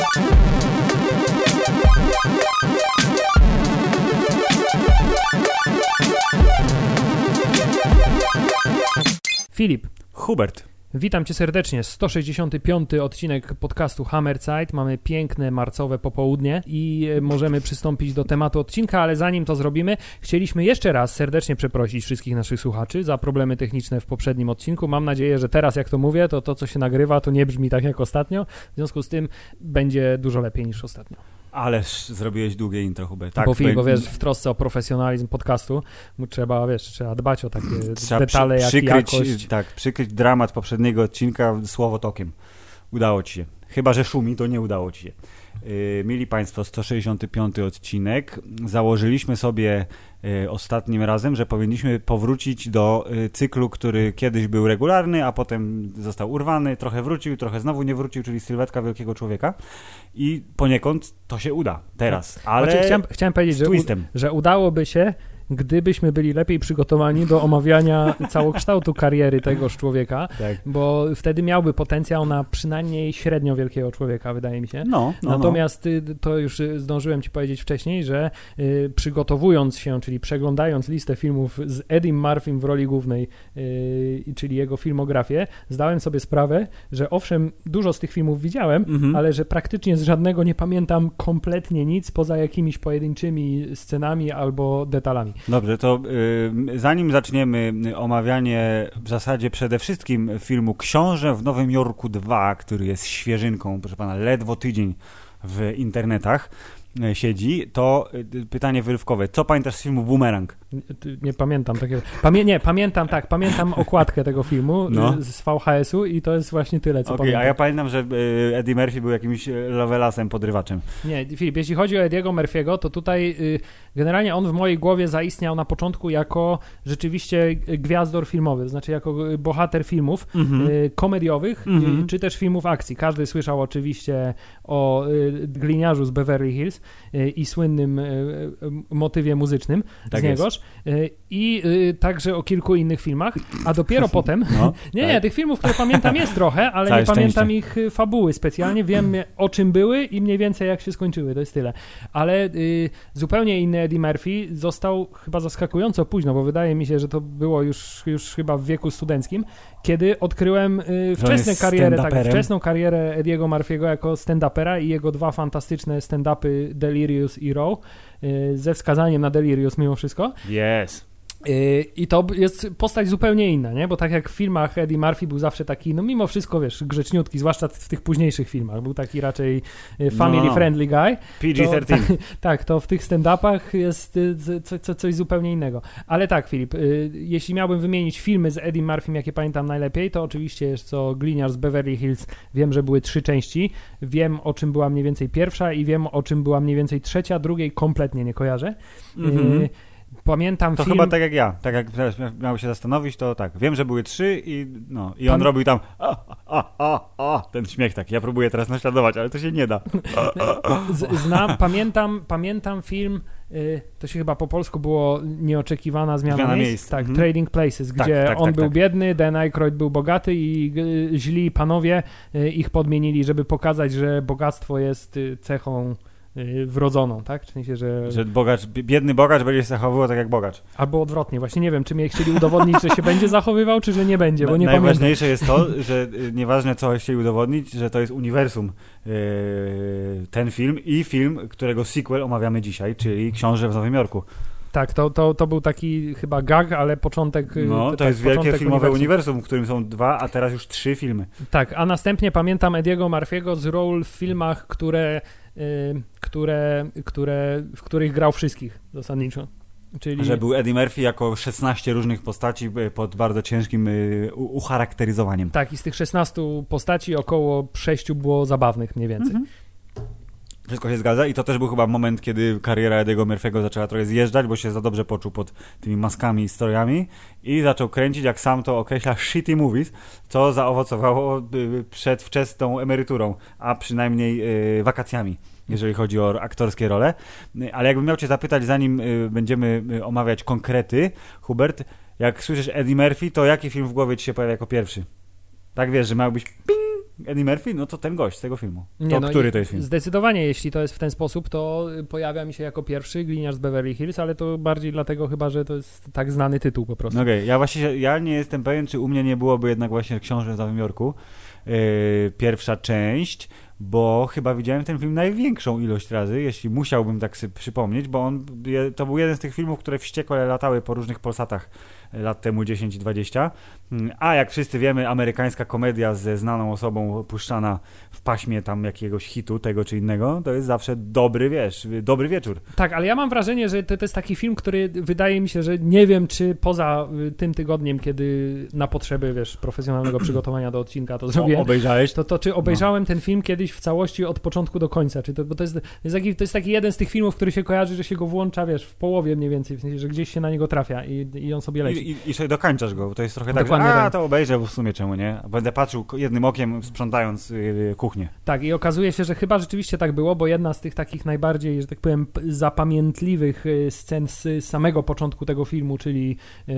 Filip. Hubert. Witam Cię serdecznie. 165. odcinek podcastu Hammerzeit. Mamy piękne marcowe popołudnie i możemy przystąpić do tematu odcinka, ale zanim to zrobimy, chcieliśmy jeszcze raz serdecznie przeprosić wszystkich naszych słuchaczy za problemy techniczne w poprzednim odcinku. Mam nadzieję, że teraz jak to mówię, to co się nagrywa, to nie brzmi tak jak ostatnio. W związku z tym będzie dużo lepiej niż ostatnio. Ależ zrobiłeś długie intro, Hubert. Tak, bo wiesz, w trosce o profesjonalizm podcastu trzeba dbać o takie detale jak jakość. Tak, przykryć dramat poprzedniego odcinka słowotokiem. Udało ci się. Chyba że szumi, to nie udało ci się. Mili Państwo, 165. odcinek. Założyliśmy sobie ostatnim razem, że powinniśmy powrócić do cyklu, który kiedyś był regularny, a potem został urwany, trochę wrócił, trochę znowu nie wrócił, czyli sylwetka wielkiego człowieka. I poniekąd to się uda teraz. Ale chciałem powiedzieć, że udałoby się, gdybyśmy byli lepiej przygotowani do omawiania całokształtu kariery tegoż człowieka, tak. Bo wtedy miałby potencjał na przynajmniej średnio wielkiego człowieka, wydaje mi się. Natomiast to już zdążyłem Ci powiedzieć wcześniej, że przygotowując się, czyli przeglądając listę filmów z Eddie Murphym w roli głównej, czyli jego filmografię, zdałem sobie sprawę, że owszem, dużo z tych filmów widziałem, ale że praktycznie z żadnego nie pamiętam kompletnie nic, poza jakimiś pojedynczymi scenami albo detalami. Dobrze, to zanim zaczniemy omawianie w zasadzie przede wszystkim filmu Książę w Nowym Jorku 2, który jest świeżynką, proszę pana, ledwo tydzień w internetach siedzi, to pytanie wyrywkowe. Co pamiętasz z filmu Boomerang? Nie pamiętam takiego. Pamiętam okładkę tego filmu z VHS-u i to jest właśnie tyle, co pamiętam. A ja pamiętam, że Eddie Murphy był jakimś Lovelasem podrywaczem. Nie, Filip, jeśli chodzi o Eddiego Murphy'ego, to tutaj generalnie on w mojej głowie zaistniał na początku jako rzeczywiście gwiazdor filmowy, to znaczy jako bohater filmów komediowych, czy też filmów akcji. Każdy słyszał oczywiście o gliniarzu z Beverly Hills i słynnym motywie muzycznym z niegoż. I także o kilku innych filmach, a dopiero potem, tych filmów, które pamiętam jest trochę, ale nie pamiętam ich fabuły specjalnie, wiem o czym były i mniej więcej jak się skończyły, to jest tyle. Ale zupełnie inny Eddie Murphy został chyba zaskakująco późno, bo wydaje mi się, że to było już chyba w wieku studenckim, kiedy odkryłem wczesną karierę Eddiego Murphy'ego jako stand-upera i jego dwa fantastyczne stand-upy Delirious i Raw, ze wskazaniem na Delirious mimo wszystko. Yes. I to jest postać zupełnie inna, nie? Bo tak jak w filmach Eddie Murphy był zawsze taki, mimo wszystko, wiesz, grzeczniutki, zwłaszcza w tych późniejszych filmach. Był taki raczej family-friendly guy. PG-13. Tak, to w tych stand-upach jest coś zupełnie innego. Ale tak, Filip, jeśli miałbym wymienić filmy z Eddie Murphym, jakie pamiętam najlepiej, to oczywiście jest co Gliniarz z Beverly Hills. Wiem, że były 3 części. Wiem, o czym była mniej więcej pierwsza i wiem, o czym była mniej więcej trzecia. Drugiej kompletnie nie kojarzę. Pamiętam to film... chyba tak jak ja. Tak jak miał się zastanowić, to tak. Wiem, że były 3 i on robił tam ten śmiech taki. Ja próbuję teraz naśladować, ale to się nie da. Pamiętam film, to się chyba po polsku było Nieoczekiwana zmiana miejsc. Tak, Trading Places, gdzie on był biedny, Dan Aykroyd był bogaty i źli panowie ich podmienili, żeby pokazać, że bogactwo jest cechą wrodzoną, tak? W sensie, że biedny bogacz będzie się zachowywał tak jak bogacz. Albo odwrotnie. Właśnie nie wiem, czy mnie chcieli udowodnić, że się będzie zachowywał, czy że nie będzie, bo nie pamiętam. Najważniejsze jest to, że nieważne co chcieli udowodnić, że to jest uniwersum ten film i film, którego sequel omawiamy dzisiaj, czyli Książę w Nowym Jorku. Tak, to był taki chyba gag, ale początek... to jest wielkie filmowe uniwersum, w którym są 2, a teraz już 3 filmy. Tak, a następnie pamiętam Eddiego Murphy'ego z ról w filmach, w których grał wszystkich zasadniczo. Czyli... Że był Eddie Murphy jako 16 różnych postaci pod bardzo ciężkim ucharakteryzowaniem. Tak, i z tych 16 postaci około 6 było zabawnych mniej więcej. Wszystko się zgadza i to też był chyba moment, kiedy kariera Eddiego Murphy'ego zaczęła trochę zjeżdżać, bo się za dobrze poczuł pod tymi maskami i historiami i zaczął kręcić, jak sam to określa, shitty movies, co zaowocowało przedwczesną emeryturą, a przynajmniej wakacjami, jeżeli chodzi o aktorskie role. Ale jakbym miał cię zapytać, zanim będziemy omawiać konkrety, Hubert, jak słyszysz Eddie Murphy, to jaki film w głowie ci się pojawia jako pierwszy? Tak wiesz, że miałbyś ping Eddie Murphy? No to ten gość z tego filmu. Nie, który to jest film? Zdecydowanie, jeśli to jest w ten sposób, to pojawia mi się jako pierwszy Gliniarz z Beverly Hills, ale to bardziej dlatego chyba, że to jest tak znany tytuł po prostu. Okej, ja nie jestem pewien, czy u mnie nie byłoby jednak właśnie Książę w Nowym Jorku, pierwsza część, bo chyba widziałem ten film największą ilość razy, jeśli musiałbym tak sobie przypomnieć, bo to był jeden z tych filmów, które wściekle latały po różnych Polsatach lat temu 10 i 20, a jak wszyscy wiemy, amerykańska komedia ze znaną osobą puszczana w paśmie tam jakiegoś hitu, tego czy innego, to jest zawsze dobry wieczór. Tak, ale ja mam wrażenie, że to jest taki film, który wydaje mi się, że nie wiem, czy poza tym tygodniem, kiedy na potrzeby, profesjonalnego przygotowania do odcinka to zrobiłem. Obejrzałeś? To czy obejrzałem ten film kiedyś w całości od początku do końca, bo to jest taki jeden z tych filmów, który się kojarzy, że się go włącza, w połowie mniej więcej, w sensie, że gdzieś się na niego trafia i on sobie leci. I sobie dokańczasz go, bo to jest trochę tak, dokładnie że to obejrzę, bo w sumie czemu nie? Będę patrzył jednym okiem, sprzątając kuchnię. Tak, i okazuje się, że chyba rzeczywiście tak było, bo jedna z tych takich najbardziej, że tak powiem, zapamiętliwych scen z samego początku tego filmu, czyli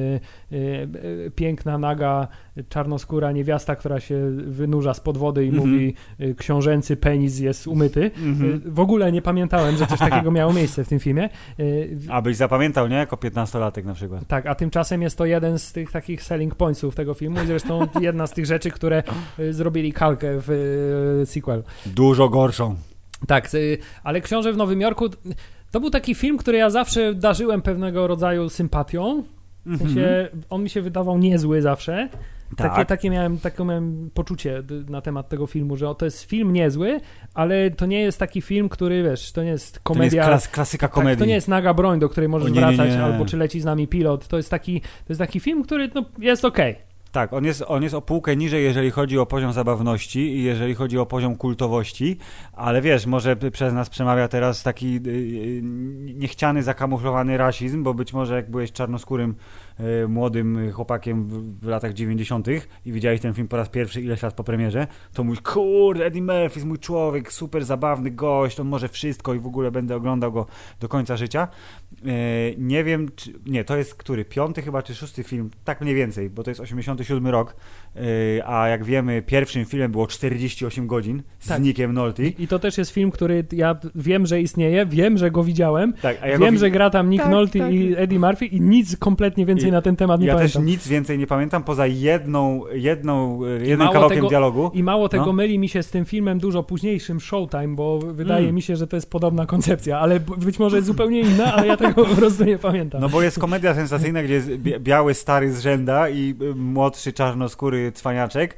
piękna, naga, czarnoskóra niewiasta, która się wynurza spod wody i mówi książęcy penis jest umyty. W ogóle nie pamiętałem, że coś takiego miało miejsce w tym filmie. Abyś zapamiętał, nie? Jako 15-latek na przykład. Tak, a tymczasem jest to jeden z tych takich selling pointsów tego filmu i zresztą jedna z tych rzeczy, które zrobili kalkę w sequel. Dużo gorszą. Tak, ale Książę w Nowym Jorku to był taki film, który ja zawsze darzyłem pewnego rodzaju sympatią. W sensie on mi się wydawał niezły zawsze. Tak. Takie miałem poczucie na temat tego filmu, że to jest film niezły, ale to nie jest taki film, który, to nie jest komedia. To nie jest klasyka komedii. Tak, to nie jest naga broń, do której możesz wracać, albo czy leci z nami pilot. To jest taki film, który jest okej. Tak, on jest o półkę niżej, jeżeli chodzi o poziom zabawności i jeżeli chodzi o poziom kultowości, ale może przez nas przemawia teraz taki niechciany, zakamuflowany rasizm, bo być może jak byłeś czarnoskórym młodym chłopakiem w latach 90. i widziałeś ten film po raz pierwszy ileś lat po premierze, to mówisz, kurde, Eddie Murphy jest mój człowiek, super zabawny gość, on może wszystko i w ogóle będę oglądał go do końca życia. Nie wiem, to jest który? 5. chyba, czy 6. film? Tak mniej więcej, bo to jest 87 rok, a jak wiemy, pierwszym filmem było 48 godzin z Nickiem Nolte. I to też jest film, który ja wiem, że istnieje, wiem, że go widziałem, tak, że gra tam Nick Nolte i Eddie Murphy i nic kompletnie więcej na ten temat nie pamiętam. Ja też nic więcej nie pamiętam, poza jednym kawałkiem dialogu. I mało tego myli mi się z tym filmem dużo późniejszym Showtime, bo wydaje mi się, że to jest podobna koncepcja, ale być może jest zupełnie inna, ale ja tego po prostu nie pamiętam. No bo jest komedia sensacyjna, gdzie jest biały stary z rzęda i młodszy czarnoskóry cwaniaczek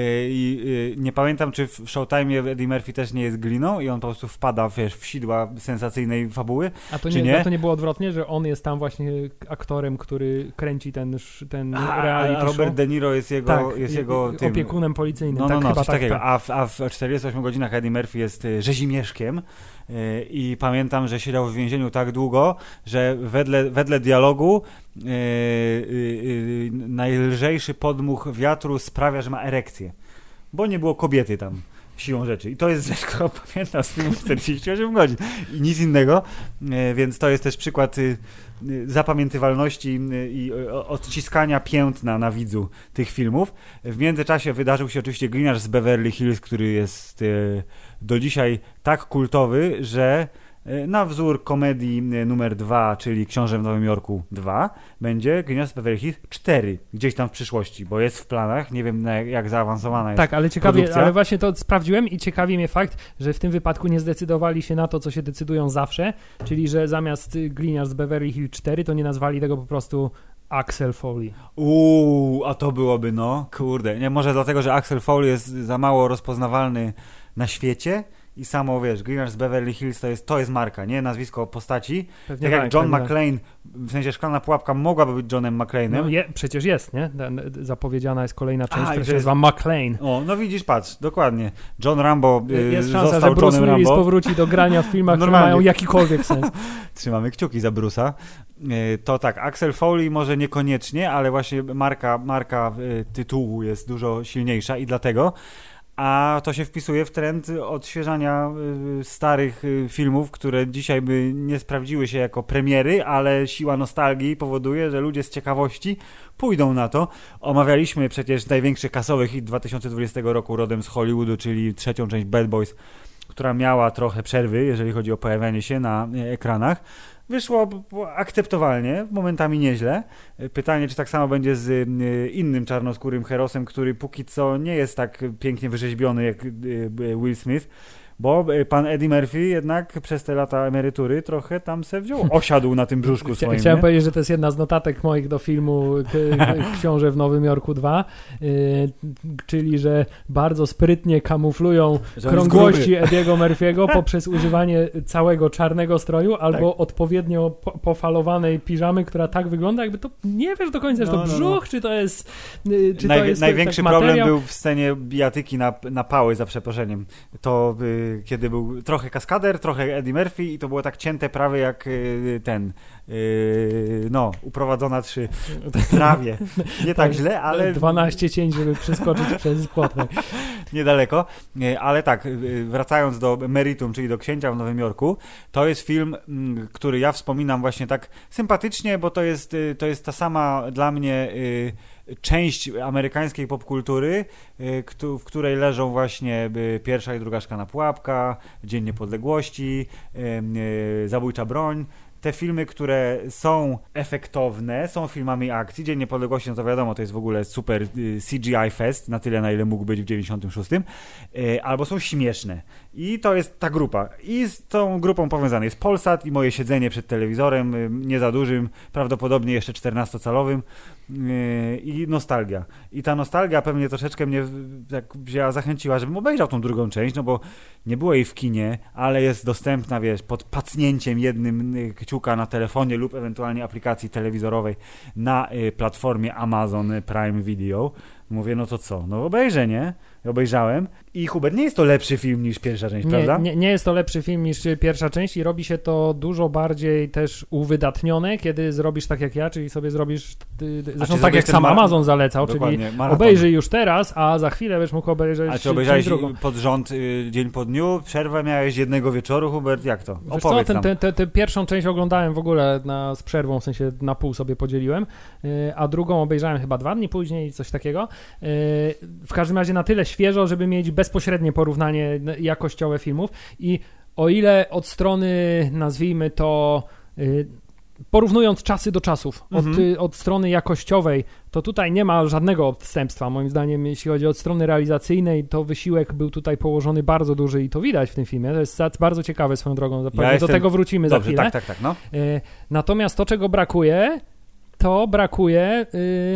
i nie pamiętam, czy w Showtime'ie Eddie Murphy też nie jest gliną i on po prostu wpada w sidła sensacyjnej fabuły. A to nie było odwrotnie, że on jest tam właśnie aktorem, który kręci ten reality show? A Robert De Niro jest jego tym opiekunem policyjnym. Coś takiego. A w 48 godzinach Eddie Murphy jest rzezimieszkiem i pamiętam, że siedział w więzieniu tak długo, że wedle dialogu najlżejszy podmuch wiatru sprawia, że ma erekcję, bo nie było kobiety tam siłą rzeczy. I to jest rzecz, którą pamiętam z filmu 48 godzin i nic innego, więc to jest też przykład zapamiętywalności i odciskania piętna na widzu tych filmów. W międzyczasie wydarzył się oczywiście Gliniarz z Beverly Hills, który jest do dzisiaj tak kultowy, że na wzór komedii numer 2, czyli Książę w Nowym Jorku 2, będzie Gliniarz z Beverly Hills 4, gdzieś tam w przyszłości, bo jest w planach, nie wiem jak zaawansowana jest tak, ale ciekawie, produkcja. Ale właśnie to sprawdziłem i ciekawi mnie fakt, że w tym wypadku nie zdecydowali się na to, co się decydują zawsze, czyli że zamiast Gliniarz z Beverly Hills 4, to nie nazwali tego po prostu Axel Foley. A to byłoby, kurde, nie, może dlatego, że Axel Foley jest za mało rozpoznawalny na świecie i samo, Gliniarz z Beverly Hills to jest marka, nie? Nazwisko postaci. Pewnie tak jak John McClane, w sensie Szklana Pułapka mogłaby być Johnem McClane'em. Przecież jest, nie? Zapowiedziana jest kolejna część, która się nazywa McClane. Widzisz, patrz, dokładnie. John Rambo jest szansa, że Bruce Willis powróci do grania w filmach, które mają jakikolwiek sens. Trzymamy kciuki za Bruce'a. To tak, Axel Foley może niekoniecznie, ale właśnie marka tytułu jest dużo silniejsza i dlatego. A to się wpisuje w trend odświeżania starych filmów, które dzisiaj by nie sprawdziły się jako premiery, ale siła nostalgii powoduje, że ludzie z ciekawości pójdą na to. Omawialiśmy przecież największy kasowy hit 2020 roku rodem z Hollywoodu, czyli trzecią część Bad Boys, która miała trochę przerwy, jeżeli chodzi o pojawianie się na ekranach. Wyszło akceptowalnie, momentami nieźle. Pytanie, czy tak samo będzie z innym czarnoskórym herosem, który póki co nie jest tak pięknie wyrzeźbiony jak Will Smith, bo pan Eddie Murphy jednak przez te lata emerytury trochę tam se wziął, osiadł na tym brzuszku swoim. Chciałem powiedzieć, że to jest jedna z notatek moich do filmu Książę w Nowym Jorku 2, czyli, że bardzo sprytnie kamuflują krągłości Ediego Murphy'ego poprzez używanie całego czarnego stroju albo odpowiednio pofalowanej piżamy, która tak wygląda, jakby to nie wiesz do końca, czy to brzuch, czy to jest to jest największy problem był w scenie bijatyki na pały, za przeproszeniem. To kiedy był trochę kaskader, trochę Eddie Murphy i to było tak cięte prawie jak uprowadzona 3 prawie. Nie tak źle, ale 12 cięć, żeby przeskoczyć przez płotek. Niedaleko, ale tak, wracając do meritum, czyli do Księcia w Nowym Jorku, to jest film, który ja wspominam właśnie tak sympatycznie, bo to jest ta sama dla mnie część amerykańskiej popkultury, w której leżą właśnie Pierwsza i Druga Szklana Pułapka, Dzień Niepodległości, Zabójcza broń. Te filmy, które są efektowne, są filmami akcji. Dzień Niepodległości, no to wiadomo, to jest w ogóle super CGI fest, na tyle, na ile mógł być w 96, albo są śmieszne. I to jest ta grupa. I z tą grupą powiązany jest Polsat i moje siedzenie przed telewizorem, nie za dużym, prawdopodobnie jeszcze 14-calowym, i nostalgia. I ta nostalgia pewnie troszeczkę mnie tak zachęciła, żebym obejrzał tą drugą część, no bo nie było jej w kinie, ale jest dostępna, wiesz, pod pacnięciem jednym kciuka na telefonie lub ewentualnie aplikacji telewizorowej na platformie Amazon Prime Video. Mówię, no to co? No obejrzę, nie? Obejrzałem. I Hubert, nie jest to lepszy film niż pierwsza część, prawda? Nie jest to lepszy film niż pierwsza część i robi się to dużo bardziej też uwydatnione, kiedy zrobisz tak jak ja, czyli sobie zrobisz, zresztą tak jak sam Amazon zalecał, czyli obejrzyj już teraz, a za chwilę będziesz mógł obejrzeć. A czy obejrzałeś pod rząd dzień po dniu? Przerwę miałeś jednego wieczoru, Hubert? Jak to? Opowiedz nam. Tę pierwszą część oglądałem w ogóle z przerwą, w sensie na pół sobie podzieliłem, a drugą obejrzałem chyba 2 dni później, coś takiego. W każdym razie na tyle świeżo, żeby mieć bezpośrednie porównanie jakościowe filmów i o ile od strony, nazwijmy to, porównując czasy do czasów, od strony jakościowej, to tutaj nie ma żadnego odstępstwa. Moim zdaniem, jeśli chodzi o strony realizacyjnej, to wysiłek był tutaj położony bardzo duży i to widać w tym filmie. To jest bardzo ciekawe swoją drogą. Do tego wrócimy za chwilę. Tak, no. Natomiast to, czego brakuje, to brakuje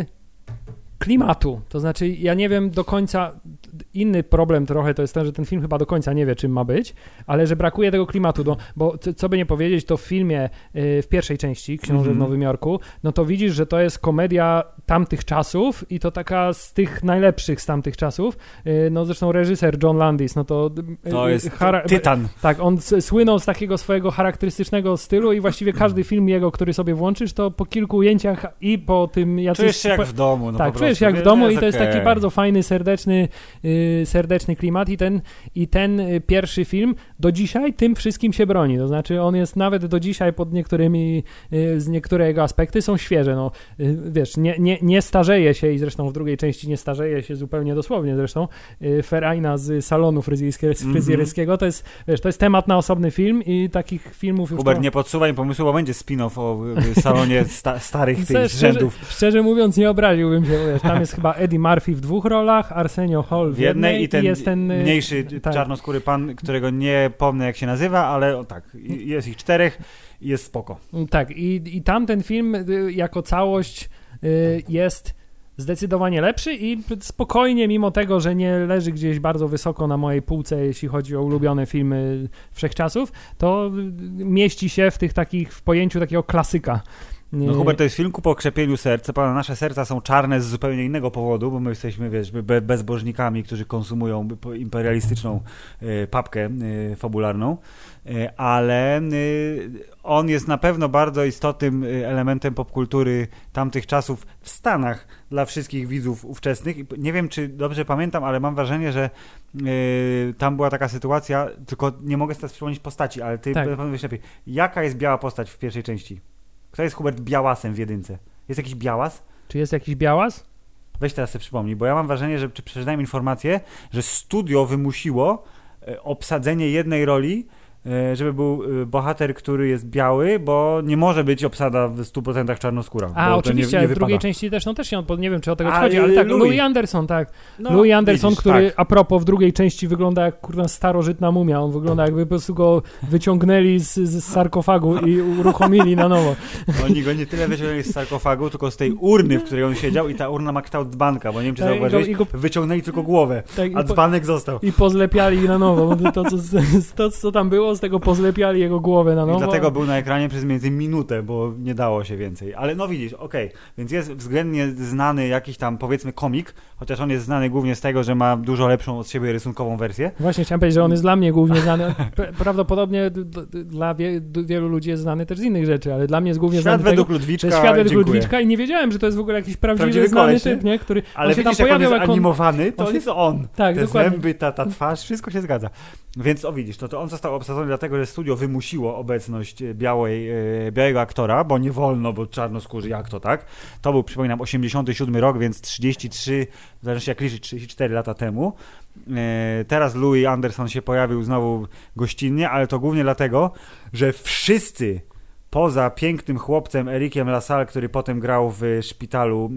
klimatu. To znaczy, ja nie wiem do końca, inny problem trochę to jest ten, że ten film chyba do końca nie wie, czym ma być, ale że brakuje tego klimatu, bo co by nie powiedzieć, to w filmie, w pierwszej części Książę w Nowym Jorku, no to widzisz, że to jest komedia tamtych czasów i to taka z tych najlepszych z tamtych czasów. No zresztą reżyser John Landis, no to jest tytan. Tak, on słynął z takiego swojego charakterystycznego stylu i właściwie każdy film jego, który sobie włączysz, to po kilku ujęciach i po tym... Czujesz się jak w domu. No tak, czujesz się jak w domu i to jest taki bardzo fajny, serdeczny klimat i ten pierwszy film do dzisiaj tym wszystkim się broni. To znaczy on jest nawet do dzisiaj pod niektóre jego aspekty są świeże. No, wiesz, nie starzeje się i zresztą w drugiej części nie starzeje się zupełnie dosłownie zresztą. Ferajna z salonu fryzjerskiego to jest, wiesz, to jest temat na osobny film i takich filmów już... Hubert, nie podsuwaj pomysłu, bo będzie spin-off o salonie starych tych rzędów. Szczerze mówiąc, nie obraziłbym się. Wiesz, tam jest chyba Eddie Murphy w 2 rolach, Arsenio Hall w jednej i ten jest ten mniejszy czarnoskóry pan, którego nie pomnę jak się nazywa, ale jest ich 4 i jest spoko. Tak, i tamten film jako całość jest zdecydowanie lepszy i spokojnie, mimo tego, że nie leży gdzieś bardzo wysoko na mojej półce, jeśli chodzi o ulubione filmy wszechczasów, to mieści się w pojęciu takiego klasyka. No Hubert, to jest film ku pokrzepieniu serca. Nasze serca są czarne z zupełnie innego powodu, bo my jesteśmy, wiesz, bezbożnikami, którzy konsumują imperialistyczną papkę fabularną, ale on jest na pewno bardzo istotnym elementem popkultury tamtych czasów w Stanach dla wszystkich widzów ówczesnych. Nie wiem, czy dobrze pamiętam, ale mam wrażenie, że tam była taka sytuacja, tylko nie mogę teraz przypomnieć postaci, ale ty na pewno wiesz lepiej. Jaka jest biała postać w pierwszej części? Kto jest Hubert Białasem w jedynce? Jest jakiś Białas? Czy jest jakiś Białas? Weź teraz sobie przypomnij, bo ja mam wrażenie, że przeczytałem informację, że studio wymusiło obsadzenie jednej roli, żeby był bohater, który jest biały, bo nie może być obsada w 100% czarnoskóra. A, oczywiście, ale w drugiej części też, się nie wiem, czy o tego chodzi, ale tak, Louis Anderson, tak. No, Louis Anderson, widzisz, który a propos w drugiej części wygląda jak kurwa starożytna mumia, on wygląda jakby po prostu go wyciągnęli z sarkofagu i uruchomili na nowo. Oni go nie tyle wyciągnęli z sarkofagu, tylko z tej urny, w której on siedział i ta urna ma kształt dzbanka, bo nie wiem, czy zauważyłeś, wyciągnęli tylko głowę, a dzbanek został. I pozlepiali na nowo, bo to co tam było, z tego pozlepiali jego głowę na nowo. I dlatego był na ekranie przez między minutę, bo nie dało się więcej. Ale no widzisz, okej. Więc jest względnie znany jakiś tam, powiedzmy, komik, chociaż on jest znany głównie z tego, że ma dużo lepszą od siebie rysunkową wersję. Właśnie chciałem powiedzieć, że on jest dla mnie głównie znany. Prawdopodobnie dla wielu ludzi jest znany też z innych rzeczy, ale dla mnie jest głównie znany według Ludwiczka, Świat według Ludwiczka i nie wiedziałem, że to jest w ogóle jakiś prawdziwy znany typ, nie? Który ale się widzisz, tam pojawiał, jak on jest animowany, to jest on. Tak, te dokładnie. Zęby, ta twarz, wszystko się zgadza. Więc widzisz, to on został obsadzony dlatego, że studio wymusiło obecność białego aktora, bo nie wolno, bo czarnoskórzy, jak to, tak? To był, przypominam, 87 rok, więc 33, w zależności jak liczyć, 34 lata temu. Teraz Louis Anderson się pojawił znowu gościnnie, ale to głównie dlatego, że wszyscy poza pięknym chłopcem Ericiem LaSalle, który potem grał w Szpitalu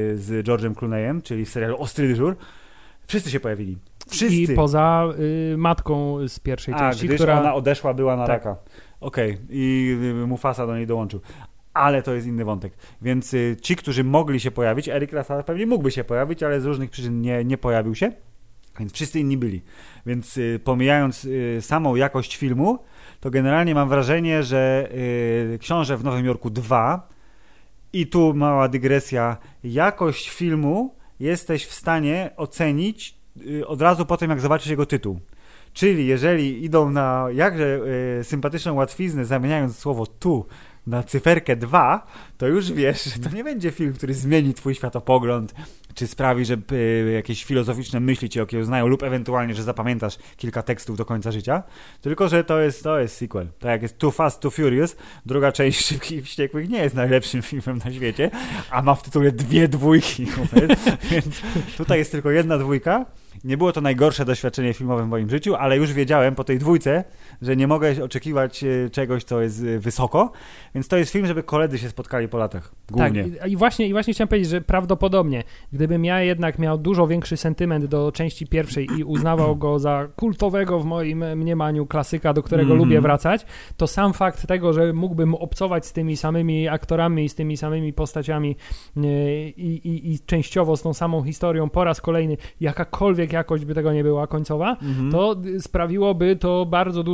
z George'em Clooneyem, czyli w serialu Ostry dyżur, wszyscy się pojawili. Wszyscy. I poza matką z pierwszej części, gdyż która... ona odeszła, była na raka. Okej. I Mufasa do niej dołączył. Ale to jest inny wątek. Więc ci, którzy mogli się pojawić, Eric LaSalle pewnie mógłby się pojawić, ale z różnych przyczyn nie pojawił się. Więc wszyscy inni byli. Więc pomijając samą jakość filmu, to generalnie mam wrażenie, że Książę w Nowym Jorku 2 i tu mała dygresja, jakość filmu jesteś w stanie ocenić od razu po tym, jak zobaczysz jego tytuł. Czyli jeżeli idą na jakże sympatyczną łatwiznę, zamieniając słowo tu na cyferkę 2, to już wiesz, że to nie będzie film, który zmieni twój światopogląd, czy sprawi, że jakieś filozoficzne myśli cię okiełznają, lub ewentualnie, że zapamiętasz kilka tekstów do końca życia, tylko że to jest sequel. Tak jak jest Too Fast, Too Furious, druga część Szybkich i Wściekłych nie jest najlepszym filmem na świecie, a ma w tytule 2 dwójki. Więc tutaj jest tylko 1 dwójka. Nie było to najgorsze doświadczenie filmowe w moim życiu, ale już wiedziałem po tej 2, że nie mogę oczekiwać czegoś, co jest wysoko, więc to jest film, żeby koledzy się spotkali po latach. Głównie. Tak, i właśnie chciałem powiedzieć, że prawdopodobnie, gdybym ja jednak miał dużo większy sentyment do części pierwszej i uznawał go za kultowego w moim mniemaniu klasyka, do którego lubię wracać, to sam fakt tego, że mógłbym obcować z tymi samymi aktorami i z tymi samymi postaciami i częściowo z tą samą historią po raz kolejny, jakakolwiek jakość by tego nie była końcowa, to sprawiłoby to bardzo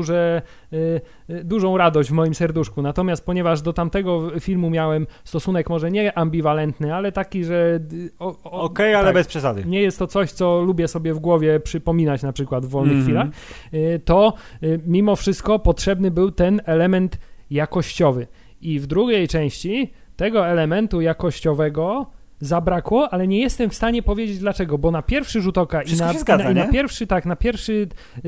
dużą radość w moim serduszku. Natomiast ponieważ do tamtego filmu miałem stosunek może nie ambiwalentny, ale taki, że Okej, ale bez przesady. Nie jest to coś, co lubię sobie w głowie przypominać na przykład w wolnych chwilach, to mimo wszystko potrzebny był ten element jakościowy. I w drugiej części tego elementu jakościowego zabrakło, ale nie jestem w stanie powiedzieć dlaczego, bo na pierwszy rzut oka na pierwszy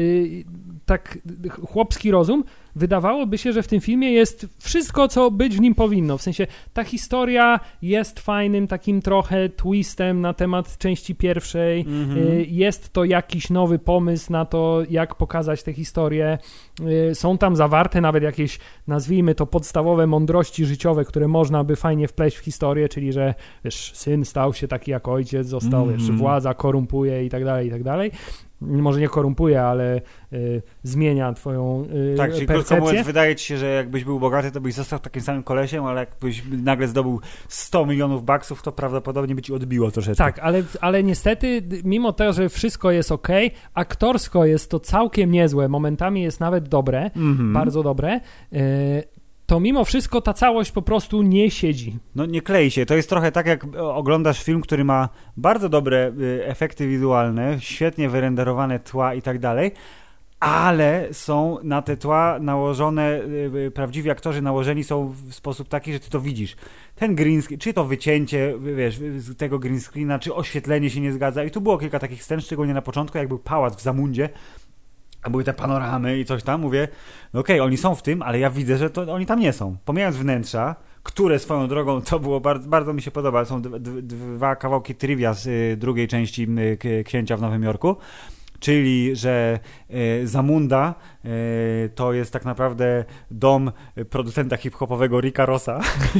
chłopski rozum wydawałoby się, że w tym filmie jest wszystko, co być w nim powinno. W sensie ta historia jest fajnym takim trochę twistem na temat części pierwszej. Jest to jakiś nowy pomysł na to, jak pokazać tę historię. Są tam zawarte nawet jakieś, nazwijmy to, podstawowe mądrości życiowe, które można by fajnie wpleść w historię, czyli że wiesz, syn stał się taki jak ojciec, został, wiesz, władza korumpuje i tak dalej. Może nie korumpuje, ale zmienia twoją tak, czyli percepcję. Krótko mówiąc, wydaje ci się, że jakbyś był bogaty, to byś został takim samym kolesiem, ale jakbyś nagle zdobył 100 milionów baksów, to prawdopodobnie by ci odbiło troszeczkę. Tak, ale niestety, mimo tego, że wszystko jest okej, aktorsko jest to całkiem niezłe, momentami jest nawet dobre, bardzo dobre, to mimo wszystko ta całość po prostu nie siedzi. No nie klei się. To jest trochę tak, jak oglądasz film, który ma bardzo dobre efekty wizualne, świetnie wyrenderowane tła i tak dalej, ale są na te tła nałożone, prawdziwi aktorzy nałożeni są w sposób taki, że ty to widzisz. Ten green screen, czy to wycięcie, wiesz, z tego green screena, czy oświetlenie się nie zgadza. I tu było kilka takich scen, szczególnie na początku, jak był pałac w Zamundzie, a były te panoramy i coś tam, mówię, no okej, oni są w tym, ale ja widzę, że to oni tam nie są. Pomijając wnętrza, które swoją drogą, to było bardzo, bardzo mi się podoba, są dwa kawałki trivia z drugiej części Księcia w Nowym Jorku, czyli, że Zamunda to jest tak naprawdę dom producenta hip-hopowego Ricka Rossa.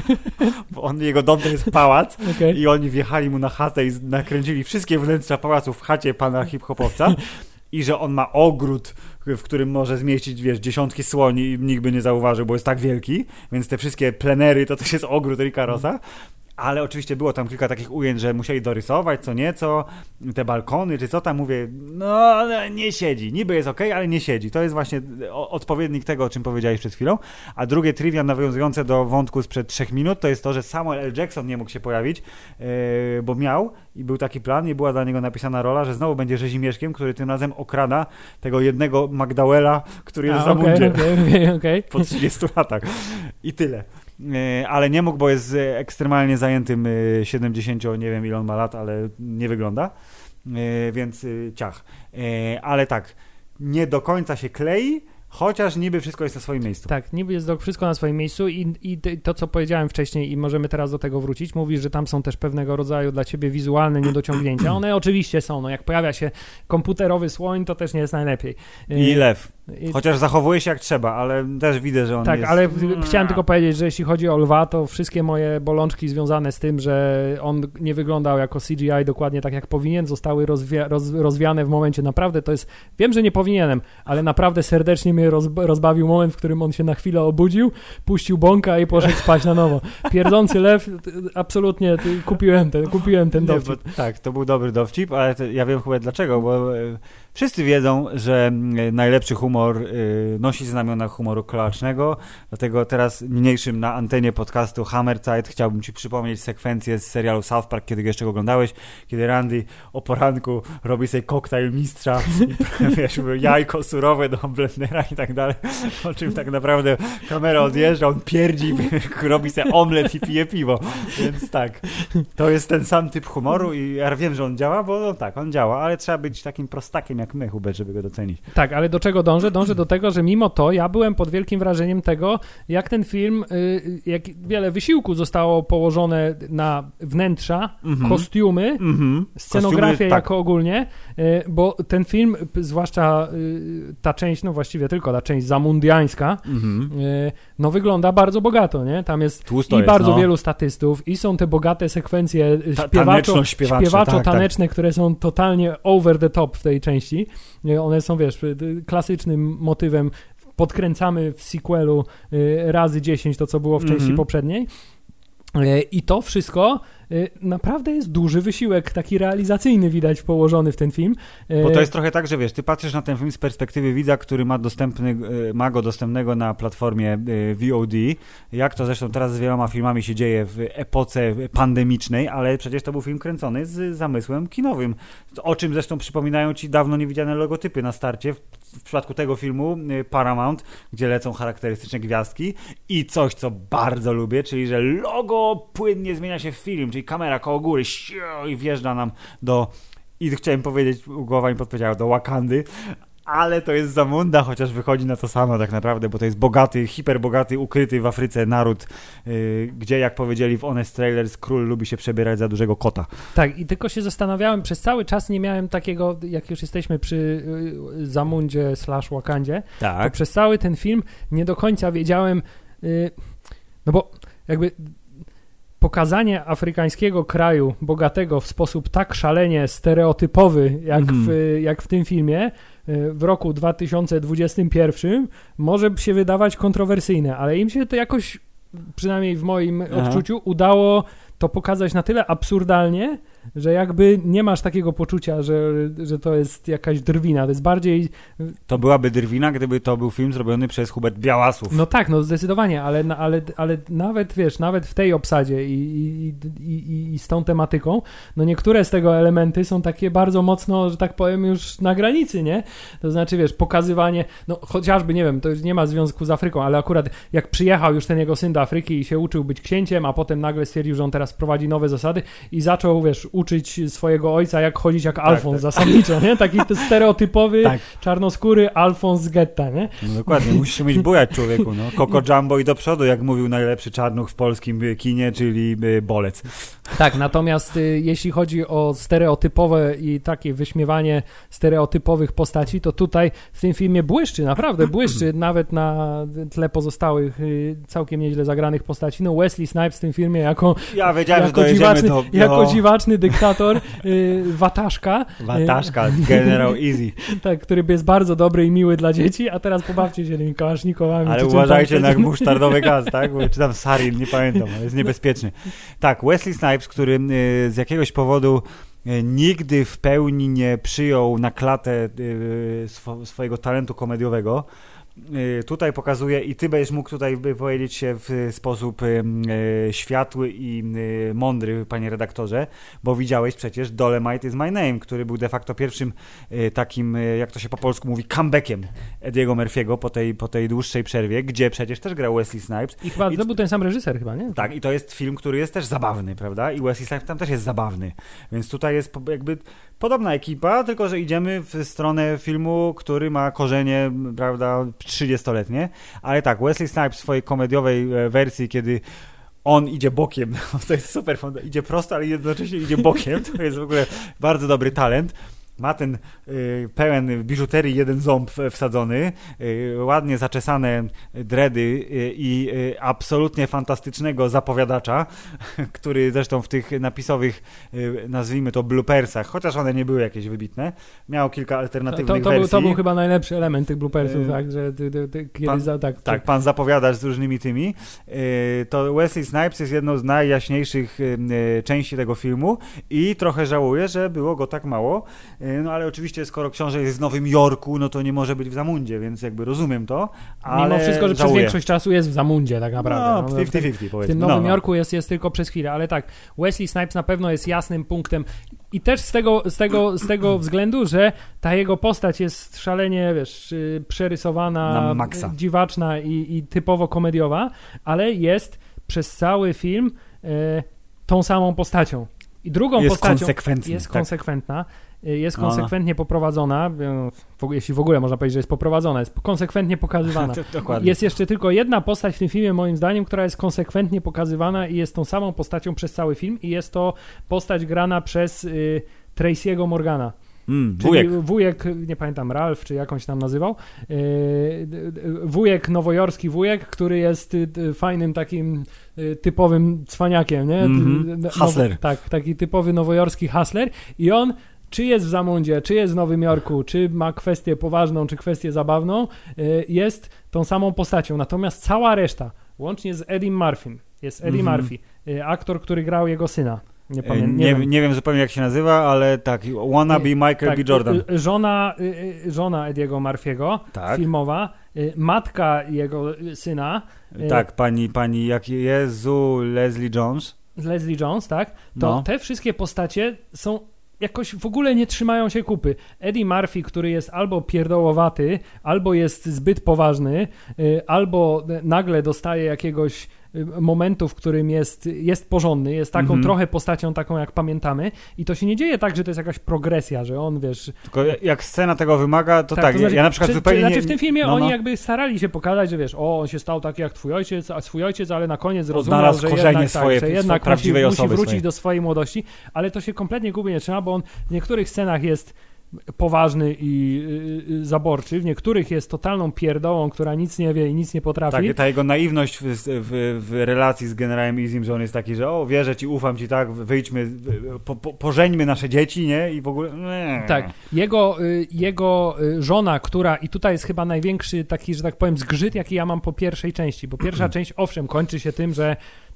Jego dom to jest pałac i oni wjechali mu na chatę i nakręcili wszystkie wnętrza pałacu w chacie pana hip-hopowca. I że on ma ogród, w którym może zmieścić, wiesz, dziesiątki słoni i nikt by nie zauważył, bo jest tak wielki, więc te wszystkie plenery to też jest ogród Ricka Rossa. Ale oczywiście było tam kilka takich ujęć, że musieli dorysować co nieco, te balkony czy co tam, mówię, no nie siedzi, niby jest okej, ale nie siedzi. To jest właśnie odpowiednik tego, o czym powiedziałeś przed chwilą. A drugie trivia nawiązujące do wątku sprzed 3 minut, to jest to, że Samuel L. Jackson nie mógł się pojawić, bo miał i był taki plan i była dla niego napisana rola, że znowu będzie rzezimieszkiem, który tym razem okrada tego jednego McDowella, który jest w Zamundzie po 30 latach. I tyle. Ale nie mógł, bo jest ekstremalnie zajętym 70, nie wiem ile on ma lat, ale nie wygląda, więc ciach. Ale tak, nie do końca się klei, chociaż niby wszystko jest na swoim miejscu. Tak, niby jest wszystko na swoim miejscu i to, co powiedziałem wcześniej i możemy teraz do tego wrócić, mówisz, że tam są też pewnego rodzaju dla ciebie wizualne niedociągnięcia. One oczywiście są, no jak pojawia się komputerowy słoń, to też nie jest najlepiej. I lew. Chociaż zachowuje się jak trzeba, ale też widzę, że on tak, jest... ale chciałem tylko powiedzieć, że jeśli chodzi o lwa, to wszystkie moje bolączki związane z tym, że on nie wyglądał jako CGI dokładnie tak, jak powinien, zostały rozwiane w momencie naprawdę, to jest... Wiem, że nie powinienem, ale naprawdę serdecznie mnie rozbawił moment, w którym on się na chwilę obudził, puścił bąka i poszedł spać na nowo. Pierdzący lew, absolutnie kupiłem ten dowcip. Nie, tak, to był dobry dowcip, ale ja wiem chyba dlaczego, bo wszyscy wiedzą, że najlepszy humor nosi znamiona humoru kolacznego, dlatego teraz niniejszym na antenie podcastu Hammerzeit chciałbym ci przypomnieć sekwencję z serialu South Park, kiedy jeszcze go oglądałeś, kiedy Randy o poranku robi sobie koktajl mistrza i wiesz, jajko surowe do blendera i tak dalej, o czym tak naprawdę kamera odjeżdża, on pierdzi, robi sobie omlet i pije piwo, więc tak, to jest ten sam typ humoru i ja wiem, że on działa, bo no tak, on działa, ale trzeba być takim prostakiem jak my, Hubert, żeby go docenić. Tak, ale do czego dążę? Dążę do tego, że mimo to ja byłem pod wielkim wrażeniem tego, jak ten film, jak wiele wysiłku zostało położone na wnętrza, kostiumy, scenografię kostiumy, jako ogólnie, bo ten film, zwłaszcza ta część, no właściwie tylko ta część zamundiańska, no wygląda bardzo bogato, nie? Tam jest bardzo wielu statystów i są te bogate sekwencje śpiewaczo-taneczne, które są totalnie over the top w tej części. One są, wiesz, klasycznym motywem, podkręcamy w sequelu razy 10 to, co było w części poprzedniej. I to wszystko naprawdę jest duży wysiłek, taki realizacyjny widać położony w ten film. Bo to jest trochę tak, że wiesz, ty patrzysz na ten film z perspektywy widza, który ma go dostępnego na platformie VOD, jak to zresztą teraz z wieloma filmami się dzieje w epoce pandemicznej, ale przecież to był film kręcony z zamysłem kinowym, o czym zresztą przypominają ci dawno niewidziane logotypy na starcie. W przypadku tego filmu Paramount, gdzie lecą charakterystyczne gwiazdki i coś, co bardzo lubię, czyli że logo płynnie zmienia się w film, czyli kamera koło góry i wjeżdża nam i chciałem powiedzieć, głowa mi podpowiedziała, do Wakandy, ale to jest Zamunda, chociaż wychodzi na to samo tak naprawdę, bo to jest bogaty, hiperbogaty, ukryty w Afryce naród, gdzie, jak powiedzieli w Honest Trailers, król lubi się przebierać za dużego kota. Tak, i tylko się zastanawiałem, przez cały czas nie miałem takiego, jak już jesteśmy przy Zamundzie / Wakandzie, tak. To przez cały ten film nie do końca wiedziałem, no bo jakby pokazanie afrykańskiego kraju bogatego w sposób tak szalenie stereotypowy, jak w tym filmie, w roku 2021 może się wydawać kontrowersyjne, ale im się to jakoś, przynajmniej w moim odczuciu, udało to pokazać na tyle absurdalnie, że jakby nie masz takiego poczucia, że to jest jakaś drwina, to jest bardziej... To byłaby drwina, gdyby to był film zrobiony przez Hubert Białasów. No tak, no zdecydowanie, ale nawet, wiesz, nawet w tej obsadzie i z tą tematyką, no niektóre z tego elementy są takie bardzo mocno, że tak powiem, już na granicy, nie? To znaczy, wiesz, pokazywanie, no chociażby, nie wiem, to nie ma związku z Afryką, ale akurat jak przyjechał już ten jego syn do Afryki i się uczył być księciem, a potem nagle stwierdził, że on teraz prowadzi nowe zasady i zaczął, wiesz, uczyć swojego ojca, jak chodzić jak Alfons zasadniczo, nie? Taki stereotypowy, czarnoskóry Alfons z getta, nie? No dokładnie, musisz się mieć bujać, człowieku, no. Coco Jumbo i do przodu, jak mówił najlepszy czarnuch w polskim kinie, czyli Bolec. Tak, natomiast jeśli chodzi o stereotypowe i takie wyśmiewanie stereotypowych postaci, to tutaj w tym filmie błyszczy, naprawdę błyszczy, nawet na tle pozostałych całkiem nieźle zagranych postaci. No Wesley Snipes w tym filmie jako dziwaczny dyktator, Wataszka. Wataszka, General Easy. Tak, który jest bardzo dobry i miły dla dzieci, a teraz pobawcie się tymi kałasznikowami. Ale uważajcie na musztardowy gaz, tak? Czy tam sarin, nie pamiętam, jest niebezpieczny. Tak, Wesley Snipes, który z jakiegoś powodu nigdy w pełni nie przyjął na klatę swojego talentu komediowego. Tutaj pokazuje i ty będziesz mógł tutaj powiedzieć się w sposób światły i mądry, panie redaktorze, bo widziałeś przecież Dolemite is my name, który był de facto pierwszym takim, jak to się po polsku mówi, comebackiem Ediego Murphy'ego po tej dłuższej przerwie, gdzie przecież też grał Wesley Snipes. I chyba to był ten sam reżyser chyba, nie? Tak, i to jest film, który jest też zabawny, prawda? I Wesley Snipes tam też jest zabawny, więc tutaj jest jakby podobna ekipa, tylko że idziemy w stronę filmu, który ma korzenie, prawda, 30-letnie, ale tak, Wesley Snipes w swojej komediowej wersji, kiedy on idzie bokiem, to jest super, idzie prosto, ale jednocześnie idzie bokiem, to jest w ogóle bardzo dobry talent. Ma ten pełen biżuterii jeden ząb wsadzony, ładnie zaczesane dready i absolutnie fantastycznego zapowiadacza, który zresztą w tych napisowych, nazwijmy to bloopersach, chociaż one nie były jakieś wybitne, miał kilka alternatywnych wersji. To był chyba najlepszy element tych bloopersów, tak? Że pan zapowiadasz z różnymi tymi. To Wesley Snipes jest jedną z najjaśniejszych części tego filmu i trochę żałuję, że było go tak mało. No ale oczywiście, skoro książę jest w Nowym Jorku, no to nie może być w Zamundzie, więc jakby rozumiem to, ale mimo wszystko, że żałuję. przez większość czasu jest w Zamundzie tak naprawdę. No, 50-50 powiedzmy. W tym Nowym Jorku jest tylko przez chwilę, ale tak, Wesley Snipes na pewno jest jasnym punktem i też z tego względu, że ta jego postać jest szalenie, wiesz, przerysowana, dziwaczna i typowo komediowa, ale jest przez cały film tą samą postacią. I drugą postacią jest konsekwentna. Jest konsekwentnie poprowadzona, jeśli w ogóle można powiedzieć, że jest poprowadzona, jest konsekwentnie pokazywana. Jest jeszcze tylko jedna postać w tym filmie, moim zdaniem, która jest konsekwentnie pokazywana i jest tą samą postacią przez cały film i jest to postać grana przez Tracy'ego Morgana. Czyli wujek, nie pamiętam, Ralph, czy jakąś tam nazywał, nowojorski wujek, który jest fajnym takim typowym cwaniakiem, nie? Hustler. Tak, taki typowy nowojorski hustler i on czy jest w Zamundzie, czy jest w Nowym Jorku, czy ma kwestię poważną, czy kwestię zabawną, jest tą samą postacią. Natomiast cała reszta, łącznie z Eddie Murphym, jest Eddie Murphy, aktor, który grał jego syna. Nie wiem zupełnie jak się nazywa, ale tak, wannabe Michael B. Jordan. Żona Ediego Murphy'ego, tak. Filmowa, matka jego syna. Tak, pani jak Jezu, Leslie Jones, tak. To te wszystkie postacie są jakoś w ogóle nie trzymają się kupy. Eddie Murphy, który jest albo pierdołowaty, albo jest zbyt poważny, albo nagle dostaje jakiegoś momentu, w którym jest porządny, jest taką trochę postacią taką, jak pamiętamy i to się nie dzieje tak, że to jest jakaś progresja, że on, wiesz... Tylko jak scena tego wymaga, to tak. To znaczy, ja na przykład zupełnie w tym filmie oni jakby starali się pokazać, że wiesz, on się stał taki jak twój ojciec, ale na koniec zrozumiał, że jednak musi wrócić do swojej młodości, ale to się kompletnie kupy nie trzyma, bo on w niektórych scenach jest poważny i zaborczy, w niektórych jest totalną pierdołą, która nic nie wie i nic nie potrafi. Tak, ta jego naiwność w relacji z generałem Easym, że on jest taki, że wierzę ci, ufam ci, tak, wyjdźmy, pożeńmy nasze dzieci, nie? I w ogóle... Tak, jego żona, która, i tutaj jest chyba największy taki, że tak powiem, zgrzyt, jaki ja mam po pierwszej części, bo pierwsza część, owszem, kończy się tym, że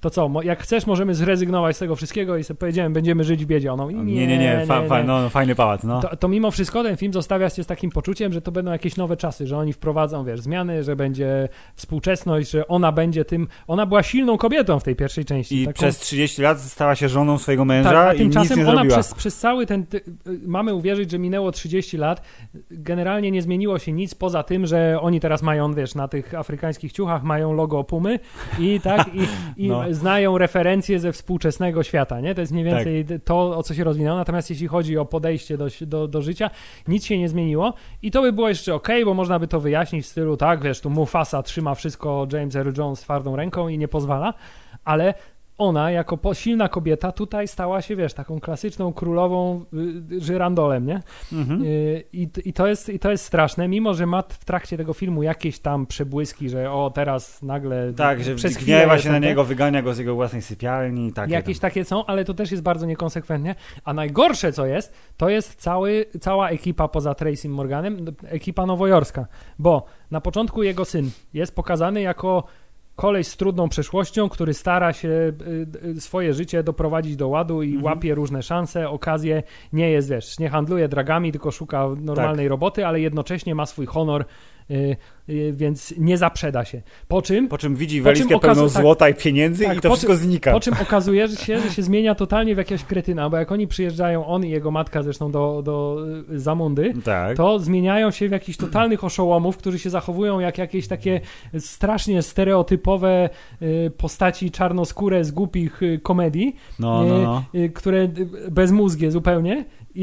to co, jak chcesz, możemy zrezygnować z tego wszystkiego i sobie powiedziałem, będziemy żyć w biedzie. Ono, nie. No, fajny pałac, no. To mimo wszystko ten film zostawia się z takim poczuciem, że to będą jakieś nowe czasy, że oni wprowadzą, zmiany, że będzie współczesność, że ona będzie ona była silną kobietą w tej pierwszej części. I przez 30 lat stała się żoną swojego męża i nic nie ona zrobiła. Przez cały mamy uwierzyć, że minęło 30 lat, generalnie nie zmieniło się nic poza tym, że oni teraz mają, na tych afrykańskich ciuchach mają logo Pumy i znają referencje ze współczesnego świata, nie? To jest mniej więcej to, o co się rozwinęło, natomiast jeśli chodzi o podejście do życia, nic się nie zmieniło i to by było jeszcze okej, bo można by to wyjaśnić w stylu, tu Mufasa trzyma wszystko James Earl Jones twardą ręką i nie pozwala, ale ona jako silna kobieta tutaj stała się, taką klasyczną królową żyrandolem, nie? Mhm. I to jest straszne, mimo że ma w trakcie tego filmu jakieś tam przebłyski, że teraz nagle że gniewa się na niego, wygania go z jego własnej sypialni. Jakieś takie są, ale to też jest bardzo niekonsekwentnie. A najgorsze co jest, to jest cała ekipa poza Tracy Morganem, ekipa nowojorska, bo na początku jego syn jest pokazany jako koleś z trudną przeszłością, który stara się swoje życie doprowadzić do ładu i łapie różne szanse, okazje, nie jest, nie handluje dragami, tylko szuka normalnej roboty, ale jednocześnie ma swój honor, więc nie zaprzeda się. Po czym widzi walizkę pełną złota i pieniędzy i to wszystko znika. Po czym okazuje się, że się zmienia totalnie w jakiegoś kretyna, bo jak oni przyjeżdżają, on i jego matka zresztą do Zamundy, to zmieniają się w jakichś totalnych oszołomów, którzy się zachowują jak jakieś takie strasznie stereotypowe postaci czarnoskóre z głupich komedii, które bezmózgie zupełnie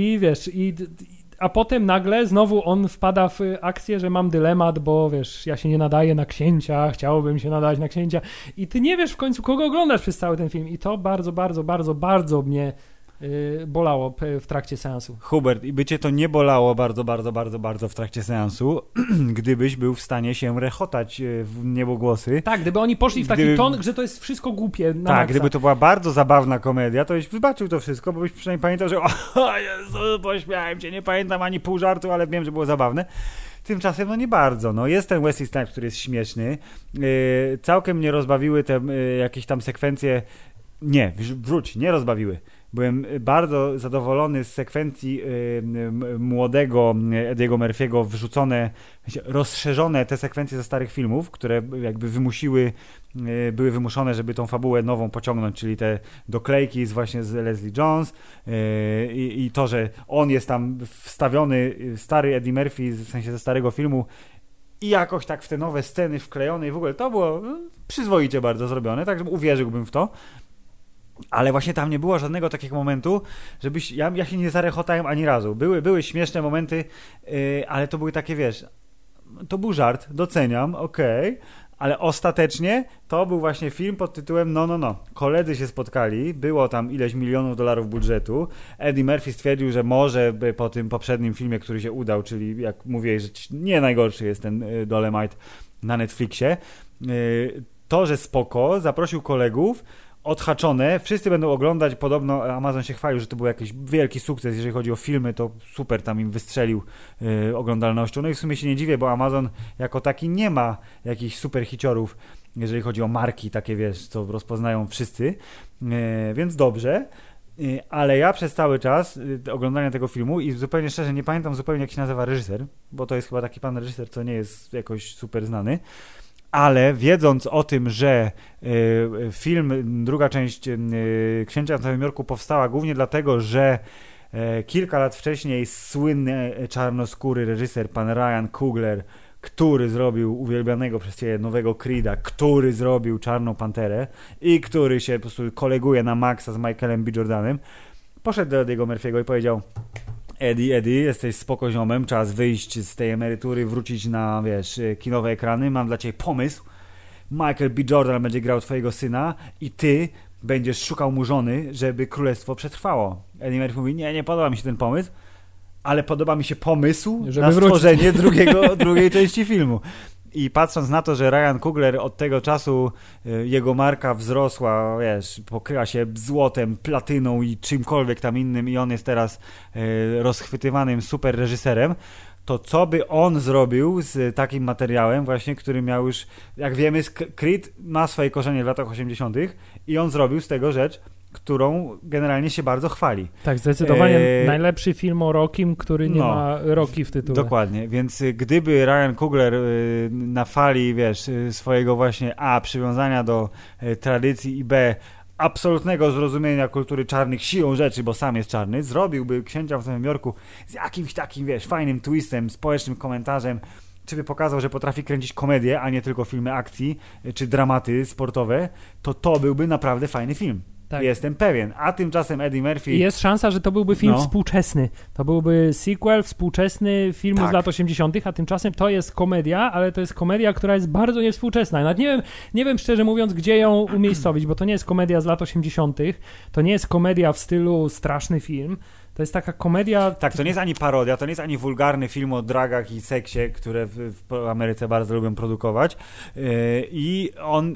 a potem nagle znowu on wpada w akcję, że mam dylemat, bo ja się nie nadaję na księcia, chciałbym się nadać na księcia i ty nie wiesz w końcu, kogo oglądasz przez cały ten film i to bardzo, bardzo, bardzo, bardzo mnie bolało w trakcie seansu. Hubert, i by cię to nie bolało bardzo, bardzo, bardzo, bardzo w trakcie seansu, gdybyś był w stanie się rechotać w niebogłosy. Tak, gdyby oni poszli w taki ton, że to jest wszystko głupie na maksa. Gdyby to była bardzo zabawna komedia, to byś wybaczył to wszystko, bo byś przynajmniej pamiętał, że o Jezu, pośmiałem cię, nie pamiętam ani pół żartu, ale wiem, że było zabawne. Tymczasem nie bardzo. Jest ten Wesley Snipes, który jest śmieszny. Całkiem mnie rozbawiły te jakieś tam sekwencje. Nie rozbawiły. Byłem bardzo zadowolony z sekwencji młodego Ediego Murphy'ego, rozszerzone te sekwencje ze starych filmów, które jakby były wymuszone, żeby tą fabułę nową pociągnąć, czyli te doklejki właśnie z Leslie Jones i to, że on jest tam wstawiony, stary Eddie Murphy, w sensie ze starego filmu, i jakoś tak w te nowe sceny wklejone i w ogóle to było przyzwoicie bardzo zrobione, także uwierzyłbym w to. Ale właśnie tam nie było żadnego takiego momentu, żebyś... Ja się nie zarechotałem ani razu. Były śmieszne momenty, ale to były takie, to był żart, doceniam, okej, ale ostatecznie to był właśnie film pod tytułem Koledzy się spotkali, było tam ileś milionów dolarów budżetu. Eddie Murphy stwierdził, że może by po tym poprzednim filmie, który się udał, czyli jak mówię, że nie najgorszy jest ten Dolemite na Netflixie, to, że spoko, zaprosił kolegów, odhaczone, wszyscy będą oglądać, podobno Amazon się chwalił, że to był jakiś wielki sukces, jeżeli chodzi o filmy, to super tam im wystrzelił oglądalnością, i w sumie się nie dziwię, bo Amazon jako taki nie ma jakichś super hiciorów, jeżeli chodzi o marki takie, co rozpoznają wszyscy, więc dobrze, ale ja przez cały czas oglądania tego filmu i zupełnie szczerze nie pamiętam zupełnie, jak się nazywa reżyser, bo to jest chyba taki pan reżyser, co nie jest jakoś super znany, ale wiedząc o tym, że film, druga część Księcia w Nowym Jorku powstała głównie dlatego, że kilka lat wcześniej słynny czarnoskóry reżyser pan Ryan Coogler, który zrobił uwielbianego przez ciebie nowego Creeda, który zrobił Czarną Panterę i który się po prostu koleguje na maksa z Michaelem B. Jordanem, poszedł do Ediego Murphy'ego i powiedział: Eddie, jesteś spoko ziomem, czas wyjść z tej emerytury, wrócić na, kinowe ekrany, mam dla ciebie pomysł. Michael B. Jordan będzie grał twojego syna i ty będziesz szukał mu żony, żeby królestwo przetrwało. Eddie Murphy mówi: nie podoba mi się ten pomysł, ale podoba mi się pomysł na stworzenie drugiej części filmu. I patrząc na to, że Ryan Coogler od tego czasu jego marka wzrosła, pokryła się złotem, platyną i czymkolwiek tam innym i on jest teraz rozchwytywanym super reżyserem, to co by on zrobił z takim materiałem właśnie, który miał już, jak wiemy, Creed ma swoje korzenie w latach 80. i on zrobił z tego rzecz, którą generalnie się bardzo chwali. Tak, zdecydowanie najlepszy film o Rockim, który nie ma Rocky w tytule. Dokładnie, więc gdyby Ryan Coogler na fali, wiesz, swojego właśnie przywiązania do tradycji i absolutnego zrozumienia kultury czarnych siłą rzeczy, bo sam jest czarny, zrobiłby Księcia w Nowym Jorku z jakimś takim, wiesz, fajnym twistem, społecznym komentarzem, czy by pokazał, że potrafi kręcić komedię, a nie tylko filmy akcji, czy dramaty sportowe, to byłby naprawdę fajny film. Tak. Jestem pewien. A tymczasem Eddie Murphy... Jest szansa, że to byłby film współczesny. To byłby sequel współczesny filmu z lat 80., a tymczasem to jest komedia, ale to jest komedia, która jest bardzo niewspółczesna. Nawet nie wiem szczerze mówiąc, gdzie ją umiejscowić, bo to nie jest komedia z lat 80., to nie jest komedia w stylu straszny film. To jest taka komedia... Tak, to nie jest ani parodia, to nie jest ani wulgarny film o dragach i seksie, które w Ameryce bardzo lubią produkować. I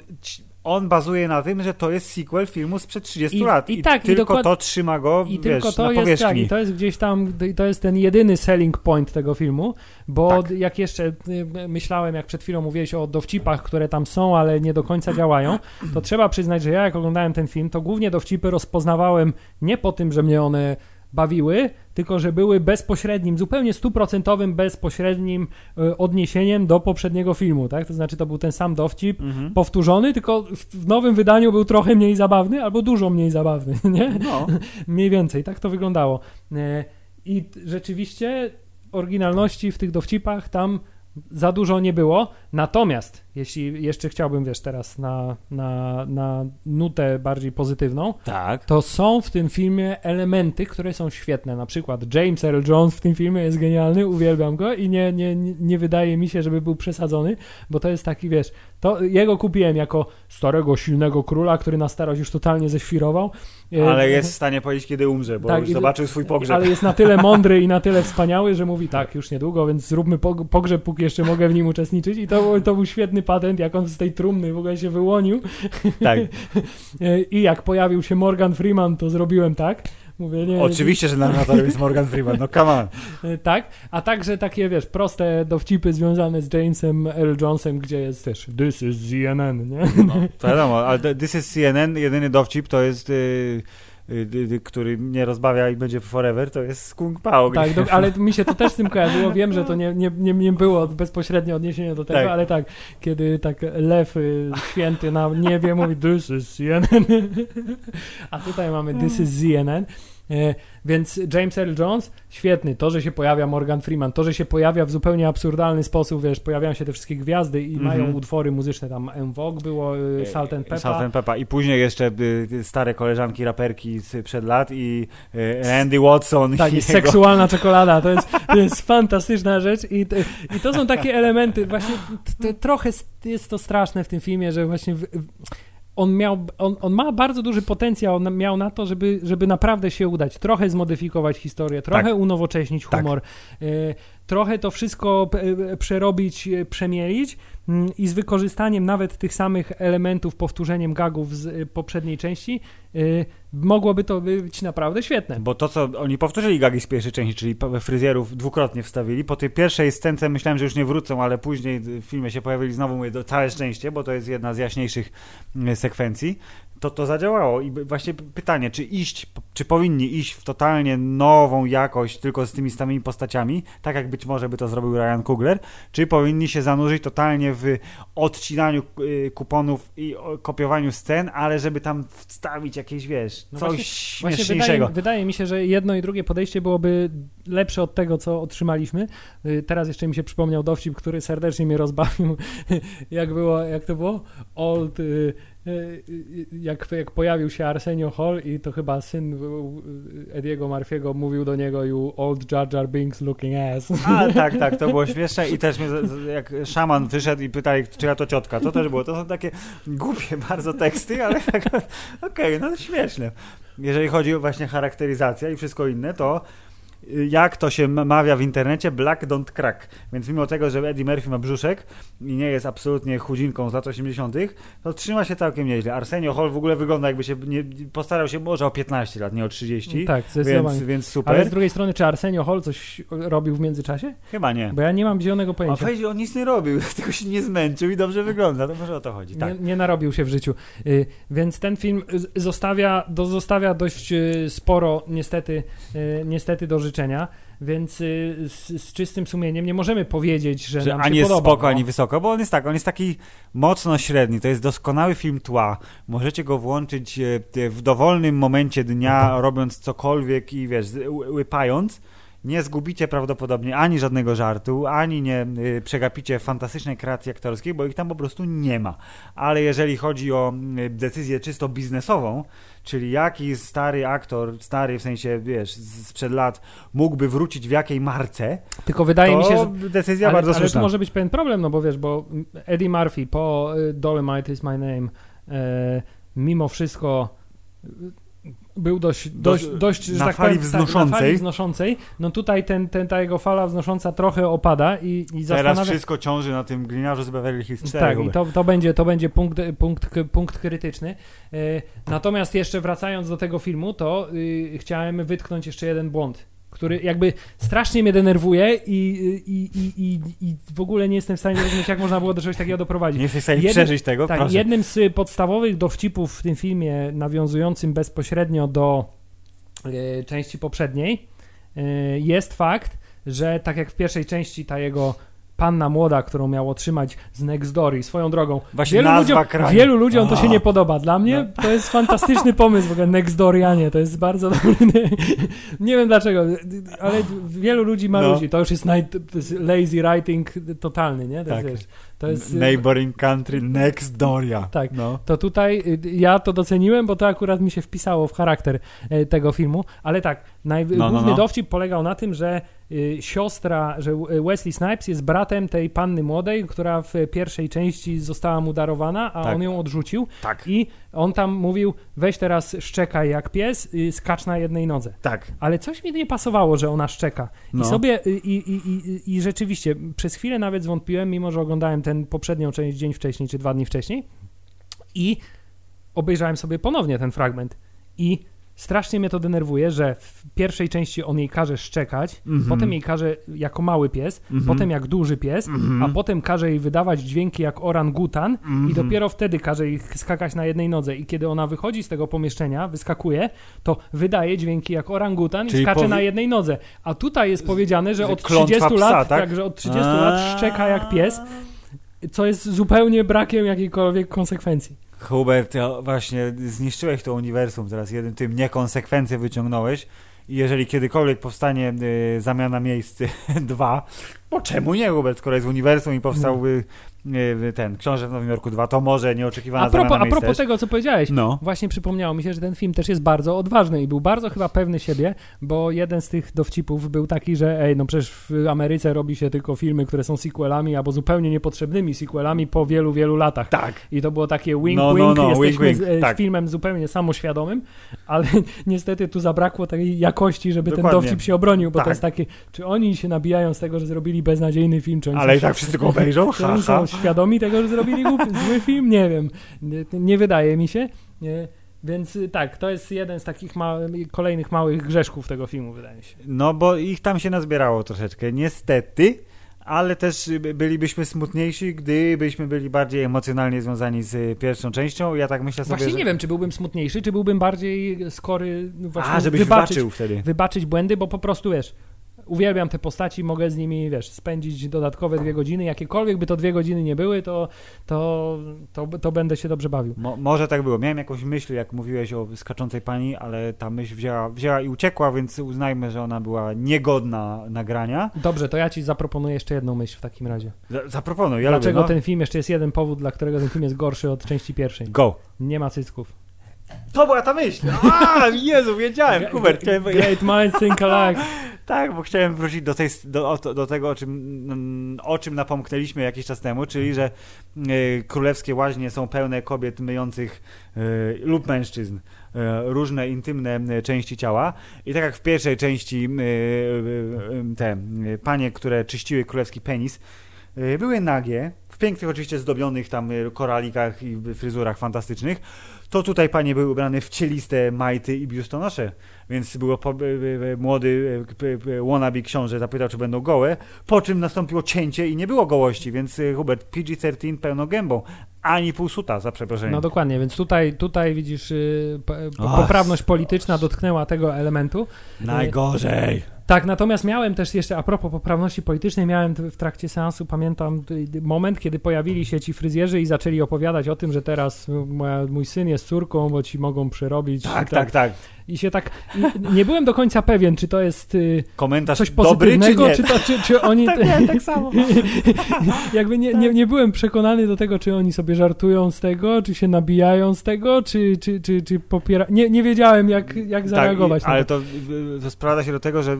on bazuje na tym, że to jest sequel filmu sprzed 30 lat. I tylko to trzyma go, na powierzchni. Tak, i to jest gdzieś tam, to jest ten jedyny selling point tego filmu, bo jak jeszcze myślałem, jak przed chwilą mówiłeś o dowcipach, które tam są, ale nie do końca działają, to trzeba przyznać, że ja jak oglądałem ten film, to głównie dowcipy rozpoznawałem nie po tym, że mnie one bawiły, tylko że były bezpośrednim, zupełnie 100% bezpośrednim odniesieniem do poprzedniego filmu, tak? To znaczy to był ten sam dowcip powtórzony, tylko w nowym wydaniu był trochę mniej zabawny albo dużo mniej zabawny, nie? No. Mniej więcej, tak to wyglądało. I rzeczywiście oryginalności w tych dowcipach tam za dużo nie było, natomiast jeśli jeszcze chciałbym, teraz na nutę bardziej pozytywną, to są w tym filmie elementy, które są świetne, na przykład James Earl Jones w tym filmie jest genialny, uwielbiam go i nie wydaje mi się, żeby był przesadzony, bo to jest taki, to jego kupiłem jako starego, silnego króla, który na starość już totalnie ześwirował. Ale jest w stanie powiedzieć, kiedy umrze, bo już zobaczył swój pogrzeb. Ale jest na tyle mądry i na tyle wspaniały, że mówi już niedługo, więc zróbmy pogrzeb, póki jeszcze mogę w nim uczestniczyć i to był świetny patent, jak on z tej trumny w ogóle się wyłonił. Tak. I jak pojawił się Morgan Freeman, to zrobiłem tak. Mówię, oczywiście, że narratorem jest Morgan Freeman, no come on. Tak, a także takie, proste dowcipy związane z Jamesem Earl Jonesem, gdzie jest też This is CNN, nie? No, to wiadomo, ale This is CNN, jedyny dowcip to jest... który mnie rozbawia i będzie forever, to jest Kung Pao. Tak, ale mi się to też z tym kojarzyło. Wiem, że to nie było bezpośrednie odniesienie do tego, ale kiedy lew święty na niebie mówi This is CNN, a tutaj mamy This is CNN. Więc James Earl Jones, świetny. To, że się pojawia Morgan Freeman, to, że się pojawia w zupełnie absurdalny sposób, pojawiają się te wszystkie gwiazdy i mają utwory muzyczne, tam En Vogue było, Salt and Pepper. Salt and Pepper. I później jeszcze stare koleżanki raperki sprzed lat i Andy Watson. Tak, i seksualna czekolada. To jest fantastyczna rzecz i to są takie elementy. Właśnie trochę jest to straszne w tym filmie, że właśnie on ma bardzo duży potencjał, miał na to, żeby naprawdę się udać, trochę zmodyfikować historię, trochę unowocześnić humor, trochę to wszystko przerobić, przemielić i z wykorzystaniem nawet tych samych elementów, powtórzeniem gagów z poprzedniej części, mogłoby to być naprawdę świetne. Bo to, co oni powtórzyli gagi z pierwszej części, czyli fryzjerów dwukrotnie wstawili, po tej pierwszej scence myślałem, że już nie wrócą, ale później w filmie się pojawili znowu, mówię, całe szczęście, bo to jest jedna z jaśniejszych sekwencji. To zadziałało i właśnie pytanie, czy powinni iść w totalnie nową jakość tylko z tymi samymi postaciami, tak jak być może by to zrobił Ryan Coogler, czy powinni się zanurzyć totalnie w odcinaniu kuponów i kopiowaniu scen, ale żeby tam wstawić jakieś, coś śmieszniejszego. Wydaje mi się, że jedno i drugie podejście byłoby lepsze od tego, co otrzymaliśmy. Teraz jeszcze mi się przypomniał dowcip, który serdecznie mnie rozbawił. Jak to było? Jak pojawił się Arsenio Hall i to chyba syn Ediego Murphy'ego mówił do niego you old Jar Jar Binks looking ass. Tak, to było śmieszne i też mnie, jak szaman wyszedł i pytał, czyja to ciotka, to też było. To są takie głupie bardzo teksty, ale okej, no śmieszne. Jeżeli chodzi o właśnie charakteryzację i wszystko inne, to jak to się mawia w internecie, black don't crack. Więc mimo tego, że Eddie Murphy ma brzuszek i nie jest absolutnie chudzinką z lat 80., to trzyma się całkiem nieźle. Arsenio Hall w ogóle wygląda, jakby się postarał się może o 15 lat, nie o 30. Tak, zdecydowanie. Więc super. Ale z drugiej strony, czy Arsenio Hall coś robił w międzyczasie? Chyba nie. Bo ja nie mam zielonego pojęcia. On nic nie robił, tylko się nie zmęczył i dobrze wygląda. To może o to chodzi. Tak. Nie narobił się w życiu. Więc ten film zostawia dość sporo niestety do życzenia, więc z czystym sumieniem nie możemy powiedzieć, że nam ani się jest podoba. spoko, ani wysoko, bo on jest taki mocno średni. To jest doskonały film tła. Możecie go włączyć w dowolnym momencie dnia, robiąc cokolwiek i wiesz, łypając. Nie zgubicie prawdopodobnie ani żadnego żartu, ani nie przegapicie fantastycznej kreacji aktorskiej, bo ich tam po prostu nie ma. Ale jeżeli chodzi o decyzję czysto biznesową, czyli jaki stary aktor, stary w sensie, wiesz, sprzed lat, mógłby wrócić w jakiej marce, tylko wydaje mi się, że decyzja bardzo słuszna. Ale to może być pewien problem, no bo wiesz, bo Eddie Murphy po Dolomite is my name mimo wszystko był dość że na tak fali powiem, wznoszącej. Na fali wznoszącej. No tutaj ta jego fala wznosząca trochę opada i teraz wszystko ciąży na tym gliniarzu z Beverly Hills 4. Tak, i to będzie punkt krytyczny. Natomiast jeszcze wracając do tego filmu, to chciałem wytknąć jeszcze jeden błąd, który jakby strasznie mnie denerwuje i w ogóle nie jestem w stanie zrozumieć, jak można było do czegoś takiego doprowadzić. Nie jesteś w stanie przeżyć tego? Tak, proszę. jednym z podstawowych dowcipów w tym filmie, nawiązującym bezpośrednio do części poprzedniej, jest fakt, że tak jak w pierwszej części ta jego panna młoda, którą miał otrzymać z Nextdoor, swoją drogą. Właśnie Wielu ludziom to się nie podoba. Dla mnie to jest fantastyczny pomysł w ogóle, Nextdoorianie, to jest bardzo dobry. Nie wiem dlaczego, ale wielu ludzi ma ludzi. To już jest lazy writing totalny, nie? To jest Neighboring country Nextdooria. Tak, no. To tutaj ja to doceniłem, bo to akurat mi się wpisało w charakter tego filmu, ale tak, główny dowcip polegał na tym, że że Wesley Snipes jest bratem tej panny młodej, która w pierwszej części została mu darowana, a on ją odrzucił. Tak. I on tam mówił, weź teraz szczekaj jak pies, skacz na jednej nodze. Tak. Ale coś mi nie pasowało, że ona szczeka. No. I rzeczywiście przez chwilę nawet zwątpiłem, mimo że oglądałem tę poprzednią część dzień wcześniej, czy 2 dni wcześniej, i obejrzałem sobie ponownie ten fragment i strasznie mnie to denerwuje, że w pierwszej części on jej każe szczekać, potem jej każe jako mały pies, potem jak duży pies, a potem każe jej wydawać dźwięki jak orangutan i dopiero wtedy każe jej skakać na jednej nodze. I kiedy ona wychodzi z tego pomieszczenia, wyskakuje, to wydaje dźwięki jak orangutan i skacze na jednej nodze. A tutaj jest powiedziane, że od 30 lat, tak, że od 30 lat szczeka jak pies, co jest zupełnie brakiem jakiejkolwiek konsekwencji. Hubert, właśnie zniszczyłeś to uniwersum teraz tym niekonsekwencje wyciągnąłeś i jeżeli kiedykolwiek powstanie zamiana miejsc 2, bo czemu nie, Hubert, skoro jest uniwersum i powstał ten Książę w Nowym Jorku 2, to może nieoczekiwana zamiana miejsc. A propos tego, co powiedziałeś, właśnie przypomniało mi się, że ten film też jest bardzo odważny i był bardzo chyba pewny siebie, bo jeden z tych dowcipów był taki, że przecież w Ameryce robi się tylko filmy, które są sequelami albo zupełnie niepotrzebnymi sequelami po wielu, wielu latach. Tak. I to było takie jesteśmy filmem zupełnie samoświadomym, ale niestety tu zabrakło takiej jakości, żeby ten dowcip się obronił, bo to jest takie, czy oni się nabijają z tego, że zrobili beznadziejny film, czy oni ale i tak wszyscy go obejrzą? Świadomi tego, że zrobili zły film? Nie wiem. Nie wydaje mi się. Więc tak, to jest jeden z takich kolejnych małych grzeszków tego filmu, wydaje mi się. No bo ich tam się nazbierało troszeczkę, niestety, ale też bylibyśmy smutniejsi, gdybyśmy byli bardziej emocjonalnie związani z pierwszą częścią. Ja tak myślę sobie, właśnie nie wiem, czy byłbym smutniejszy, czy byłbym bardziej skory właśnie żebyś wybaczył wtedy. Wybaczyć błędy, bo po prostu uwielbiam te postaci, mogę z nimi, spędzić dodatkowe 2 godziny, jakiekolwiek by to 2 godziny nie były, to będę się dobrze bawił. Może tak było. Miałem jakąś myśl, jak mówiłeś o skaczącej pani, ale ta myśl wzięła i uciekła, więc uznajmy, że ona była niegodna nagrania. Dobrze, to ja ci zaproponuję jeszcze jedną myśl w takim razie. Zaproponuj, Dlaczego ten film, jeszcze jest jeden powód, dla którego ten film jest gorszy od części pierwszej. Go. Nie ma cycków. To była ta myśl. Jezu, wiedziałem, Hubert. Great minds think alike. Tak, bo chciałem wrócić do tego, o czym napomknęliśmy jakiś czas temu, czyli że królewskie łaźnie są pełne kobiet myjących lub mężczyzn różne intymne części ciała. I tak jak w pierwszej części te panie, które czyściły królewski penis, były nagie, w pięknych oczywiście zdobionych tam koralikach i fryzurach fantastycznych, to tutaj panie były ubrane w cieliste majty i biustonosze, więc było młody wannabe książę zapytał, czy będą gołe, po czym nastąpiło cięcie i nie było gołości, więc Hubert, PG-13 pełną gębą, ani pół suta, za przeproszeniem. No dokładnie, więc tutaj widzisz, poprawność polityczna dotknęła tego elementu. Najgorzej. Tak, natomiast miałem też jeszcze, a propos poprawności politycznej, miałem w trakcie seansu, pamiętam, moment, kiedy pojawili się ci fryzjerzy i zaczęli opowiadać o tym, że teraz mój syn jest córką, bo ci mogą przerobić. Tak. I się tak, nie byłem do końca pewien, czy to jest komentarz coś pozytywnego, dobry, czy nie? Czy oni... tak samo. Jakby nie byłem przekonany do tego, czy oni sobie żartują z tego, czy się nabijają z tego, czy popierają. Nie wiedziałem, jak zareagować. Ale to sprowadza się do tego, że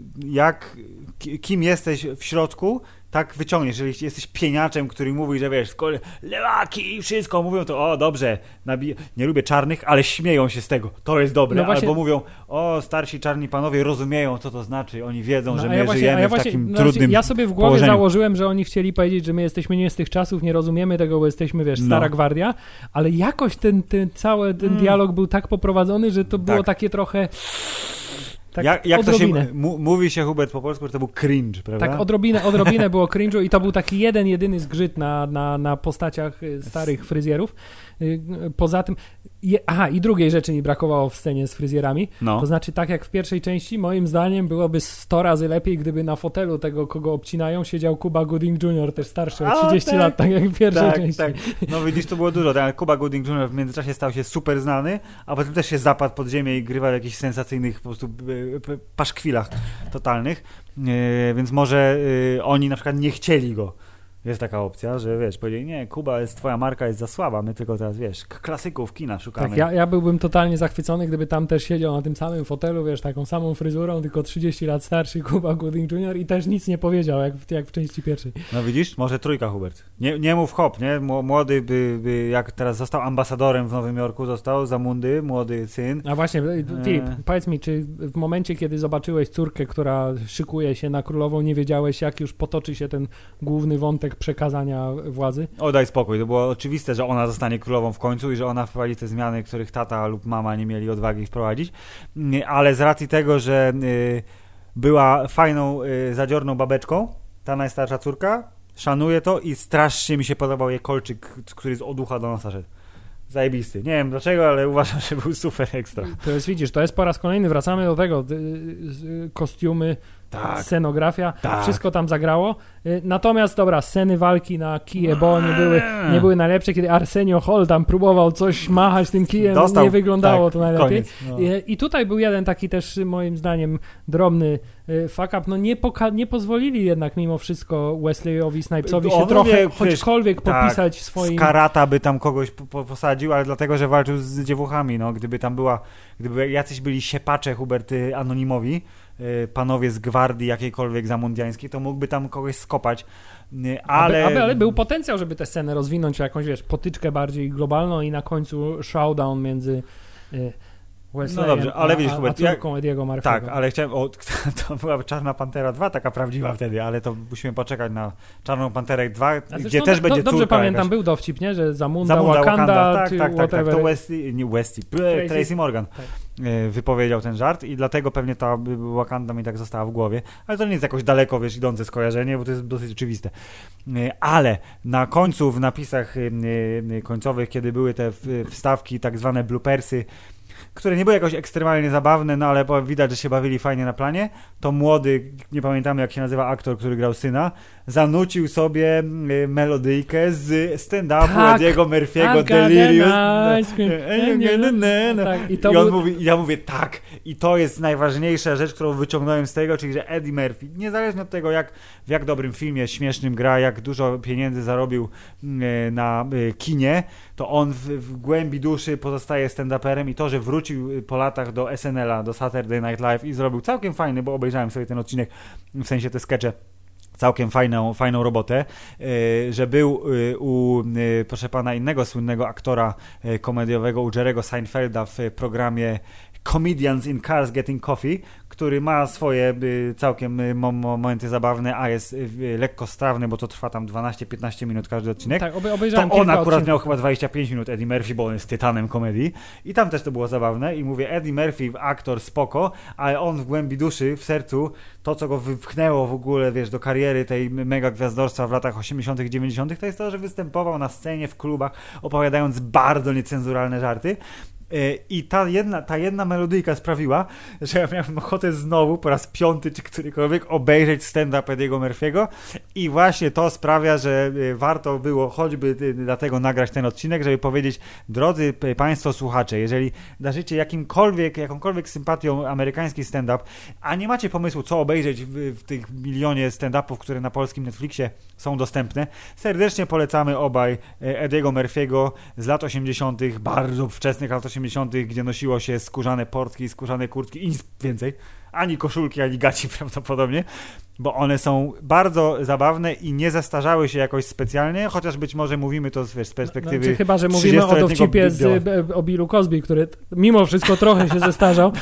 kim jesteś w środku, tak wyciągniesz. Jeżeli jesteś pieniaczem, który mówi, że wiesz, lewaki i wszystko mówią, to dobrze, nie lubię czarnych, ale śmieją się z tego, to jest dobre. No właśnie... Albo mówią, starsi czarni panowie rozumieją, co to znaczy, oni wiedzą, że my żyjemy w takim trudnym Ja sobie w głowie założyłem, że oni chcieli powiedzieć, że my jesteśmy nie z tych czasów, nie rozumiemy tego, bo jesteśmy, wiesz, stara gwardia, ale jakoś ten cały dialog był tak poprowadzony, że to było takie trochę... Tak, jak to się mówi się, Hubert, po polsku, że to był cringe, prawda? Tak, odrobinę było cringe'u i to był taki jedyny zgrzyt na postaciach starych fryzjerów. Poza tym, i drugiej rzeczy mi brakowało w scenie z fryzjerami, to znaczy tak jak w pierwszej części, moim zdaniem byłoby 100 razy lepiej, gdyby na fotelu tego, kogo obcinają, siedział Cuba Gooding Jr., też starszy o 30 lat, tak jak w pierwszej części. Tak. No widzisz, to było dużo, ale Cuba Gooding Jr. w międzyczasie stał się super znany, a potem też się zapadł pod ziemię i grywał w jakichś sensacyjnych po prostu paszkwilach totalnych, więc może oni na przykład nie chcieli go. Jest taka opcja, że wiesz, powiedzieli, nie, Kuba, twoja marka jest za słaba, my tylko teraz, wiesz, klasyków kina szukamy. Tak, ja byłbym totalnie zachwycony, gdyby tam też siedział na tym samym fotelu, wiesz, taką samą fryzurą, tylko 30 lat starszy Cuba Gooding Jr. i też nic nie powiedział, jak w części pierwszej. No widzisz, może trójka, Hubert. Nie mów hop, nie? Młody by jak teraz został ambasadorem w Nowym Jorku, został za mundy, młody syn. A właśnie, Filip, powiedz mi, czy w momencie, kiedy zobaczyłeś córkę, która szykuje się na królową, nie wiedziałeś, jak już potoczy się ten główny wątek przekazania władzy? Daj spokój, to było oczywiste, że ona zostanie królową w końcu i że ona wprowadzi te zmiany, których tata lub mama nie mieli odwagi wprowadzić, ale z racji tego, że była fajną, zadziorną babeczką, ta najstarsza córka, szanuję to i strasznie mi się podobał jej kolczyk, który z oducha do nosa szedł. Zajebisty. Nie wiem dlaczego, ale uważam, że był super ekstra. To jest, widzisz, to jest po raz kolejny, wracamy do tego, kostiumy, scenografia, wszystko tam zagrało. Natomiast, sceny walki na kije, bo nie były najlepsze, kiedy Arsenio Hall tam próbował coś machać tym kijem, nie wyglądało to najlepiej. Koniec, I tutaj był jeden taki też, moim zdaniem, drobny fuck up. Nie pozwolili jednak mimo wszystko Wesleyowi Snipesowi się trochę choćkolwiek popisać swoim... Z karata by tam kogoś posadził, ale dlatego, że walczył z dziewuchami. Gdyby jacyś byli siepacze, Hubert, anonimowi, panowie z gwardii jakiejkolwiek zamundiańskiej, to mógłby tam kogoś skopać, ale był potencjał, żeby tę scenę rozwinąć o jakąś, potyczkę bardziej globalną i na końcu showdown między Wesleyem ale widzisz, Hubert, córką Ediego Murphy'ego. Tak, ale chciałem, to była Czarna Pantera 2, taka prawdziwa wtedy, ale to musimy poczekać na Czarną Panterę 2, gdzie też będzie córka. Dobrze pamiętam, był dowcip, nie? Że Zamunda Wakanda, tak, to Tracy Morgan wypowiedział ten żart i dlatego pewnie ta Wakanda mi tak została w głowie, ale to nie jest jakoś daleko, idące skojarzenie, bo to jest dosyć oczywiste. Ale na końcu, w napisach końcowych, kiedy były te wstawki, tak zwane bloopersy, które nie były jakoś ekstremalnie zabawne, ale widać, że się bawili fajnie na planie, to młody, nie pamiętamy jak się nazywa aktor, który grał syna, zanucił sobie melodyjkę z stand-upu Ediego Murphy'ego, Delirious. I on mówi, ja mówię tak, i to jest najważniejsza rzecz, którą wyciągnąłem z tego, czyli że Eddie Murphy, niezależnie od tego, w jak dobrym filmie śmiesznym gra, jak dużo pieniędzy zarobił na kinie, to on w głębi duszy pozostaje stand-uperem i to, że wrócił po latach do SNL-a, do Saturday Night Live i zrobił całkiem fajny, bo obejrzałem sobie ten odcinek, w sensie te skecze, całkiem fajną robotę, że był u, proszę pana, innego słynnego aktora komediowego, u Jerry'ego Seinfelda w programie Comedians in Cars Getting Coffee, który ma swoje całkiem momenty zabawne, a jest lekko strawny, bo to trwa tam 12-15 minut każdy odcinek. Tak, obejrzałem to on akurat odcinków. miał chyba 25 minut, Eddie Murphy, bo on jest tytanem komedii i tam też to było zabawne i mówię, Eddie Murphy, aktor spoko, ale on w głębi duszy, w sercu, to co go wypchnęło w ogóle, wiesz, do kariery tej mega gwiazdorstwa w latach 80 -tych, 90 -tych, to jest to, że występował na scenie w klubach, opowiadając bardzo niecenzuralne żarty. I ta jedna melodyjka sprawiła, że ja miałem ochotę znowu po raz 5. czy którykolwiek obejrzeć stand-up Eddiego Murphy'ego i właśnie to sprawia, że warto było choćby dlatego nagrać ten odcinek, żeby powiedzieć, drodzy Państwo słuchacze, jeżeli darzycie jakąkolwiek sympatią amerykański stand-up, a nie macie pomysłu, co obejrzeć w tych milionie stand-upów, które na polskim Netflixie są dostępne, serdecznie polecamy obaj Eddiego Murphy'ego z lat 80., bardzo wczesnych lat 80., gdzie nosiło się skórzane portki, skórzane kurtki i nic więcej. Ani koszulki, ani gaci prawdopodobnie, bo one są bardzo zabawne i nie zestarzały się jakoś specjalnie, chociaż być może mówimy to z perspektywy znaczy, chyba, że mówimy o dowcipie o Billu Cosby, który mimo wszystko trochę się zestarzał.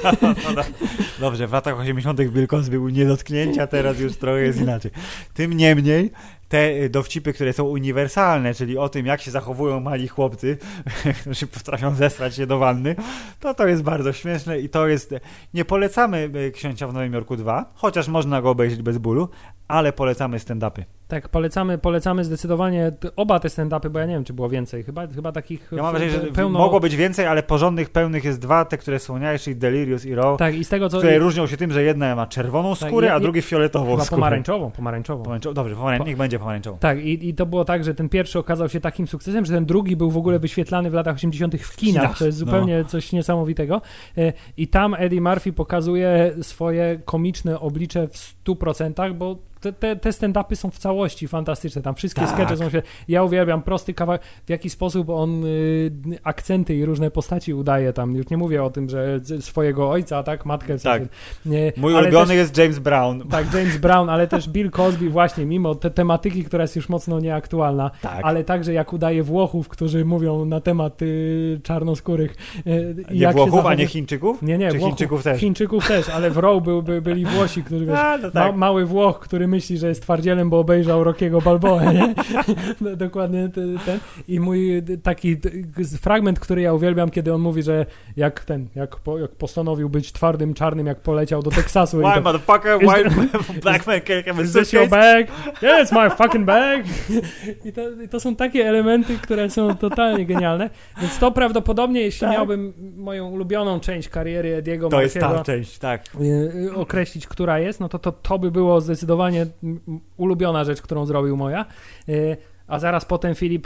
Dobrze, w latach 80. Bill Cosby był nie dotknięcia, teraz już trochę jest inaczej. Tym niemniej te dowcipy, które są uniwersalne, czyli o tym, jak się zachowują mali chłopcy, którzy potrafią zesrać się do wanny, to jest bardzo śmieszne i to jest... Nie polecamy Księcia w Nowym Jorku 2, chociaż można go obejrzeć bez bólu, ale polecamy stand-upy. Tak, polecamy zdecydowanie oba te stand-upy, bo ja nie wiem, czy było więcej. Chyba takich... Ja mam wrażenie, że mogło być więcej, ale porządnych, pełnych jest 2, te, które wspomniałeś, czyli Delirious i Raw, tak, i z tego, co... które różnią się tym, że jedna ma czerwoną skórę, a drugi fioletową skórę. Pomarańczową. Dobrze, niech będzie pomarańczową. Tak, i to było tak, że ten pierwszy okazał się takim sukcesem, że ten drugi był w ogóle wyświetlany w latach 80. w kinach. To jest zupełnie coś niesamowitego. I tam Eddie Murphy pokazuje swoje komiczne oblicze w 100%, bo te stand-upy są w całości fantastyczne, tam wszystkie skecze są się... Ja uwielbiam prosty kawałek, w jaki sposób on akcenty i różne postaci udaje tam, już nie mówię o tym, że swojego ojca, tak, matkę... W sensie, mój ulubiony jest James Brown. Tak, James Brown, ale też Bill Cosby właśnie, mimo te tematyki, która jest już mocno nieaktualna, ale także jak udaje Włochów, którzy mówią na temat czarnoskórych... nie Włochów, a nie Chińczyków? Nie, czy Chińczyków też? Chińczyków też, ale w Row byli Włosi, którzy, wiesz, mały Włoch, który myśli, że jest twardzielem, bo obejrzał Rockiego Balboę, nie? Dokładnie ten. I mój taki fragment, który ja uwielbiam, kiedy on mówi, że jak postanowił być twardym czarnym, jak poleciał do Teksasu. Why, motherfucker? Why black man can't have a Is this your bag? Yeah, it's my fucking bag. I to są takie elementy, które są totalnie genialne. Więc to prawdopodobnie, jeśli miałbym moją ulubioną część kariery Eddiego Murphy'ego, to jest ta część, tak. Określić, która jest, no to by było zdecydowanie ulubiona rzecz, którą zrobił moja. A zaraz potem, Filip,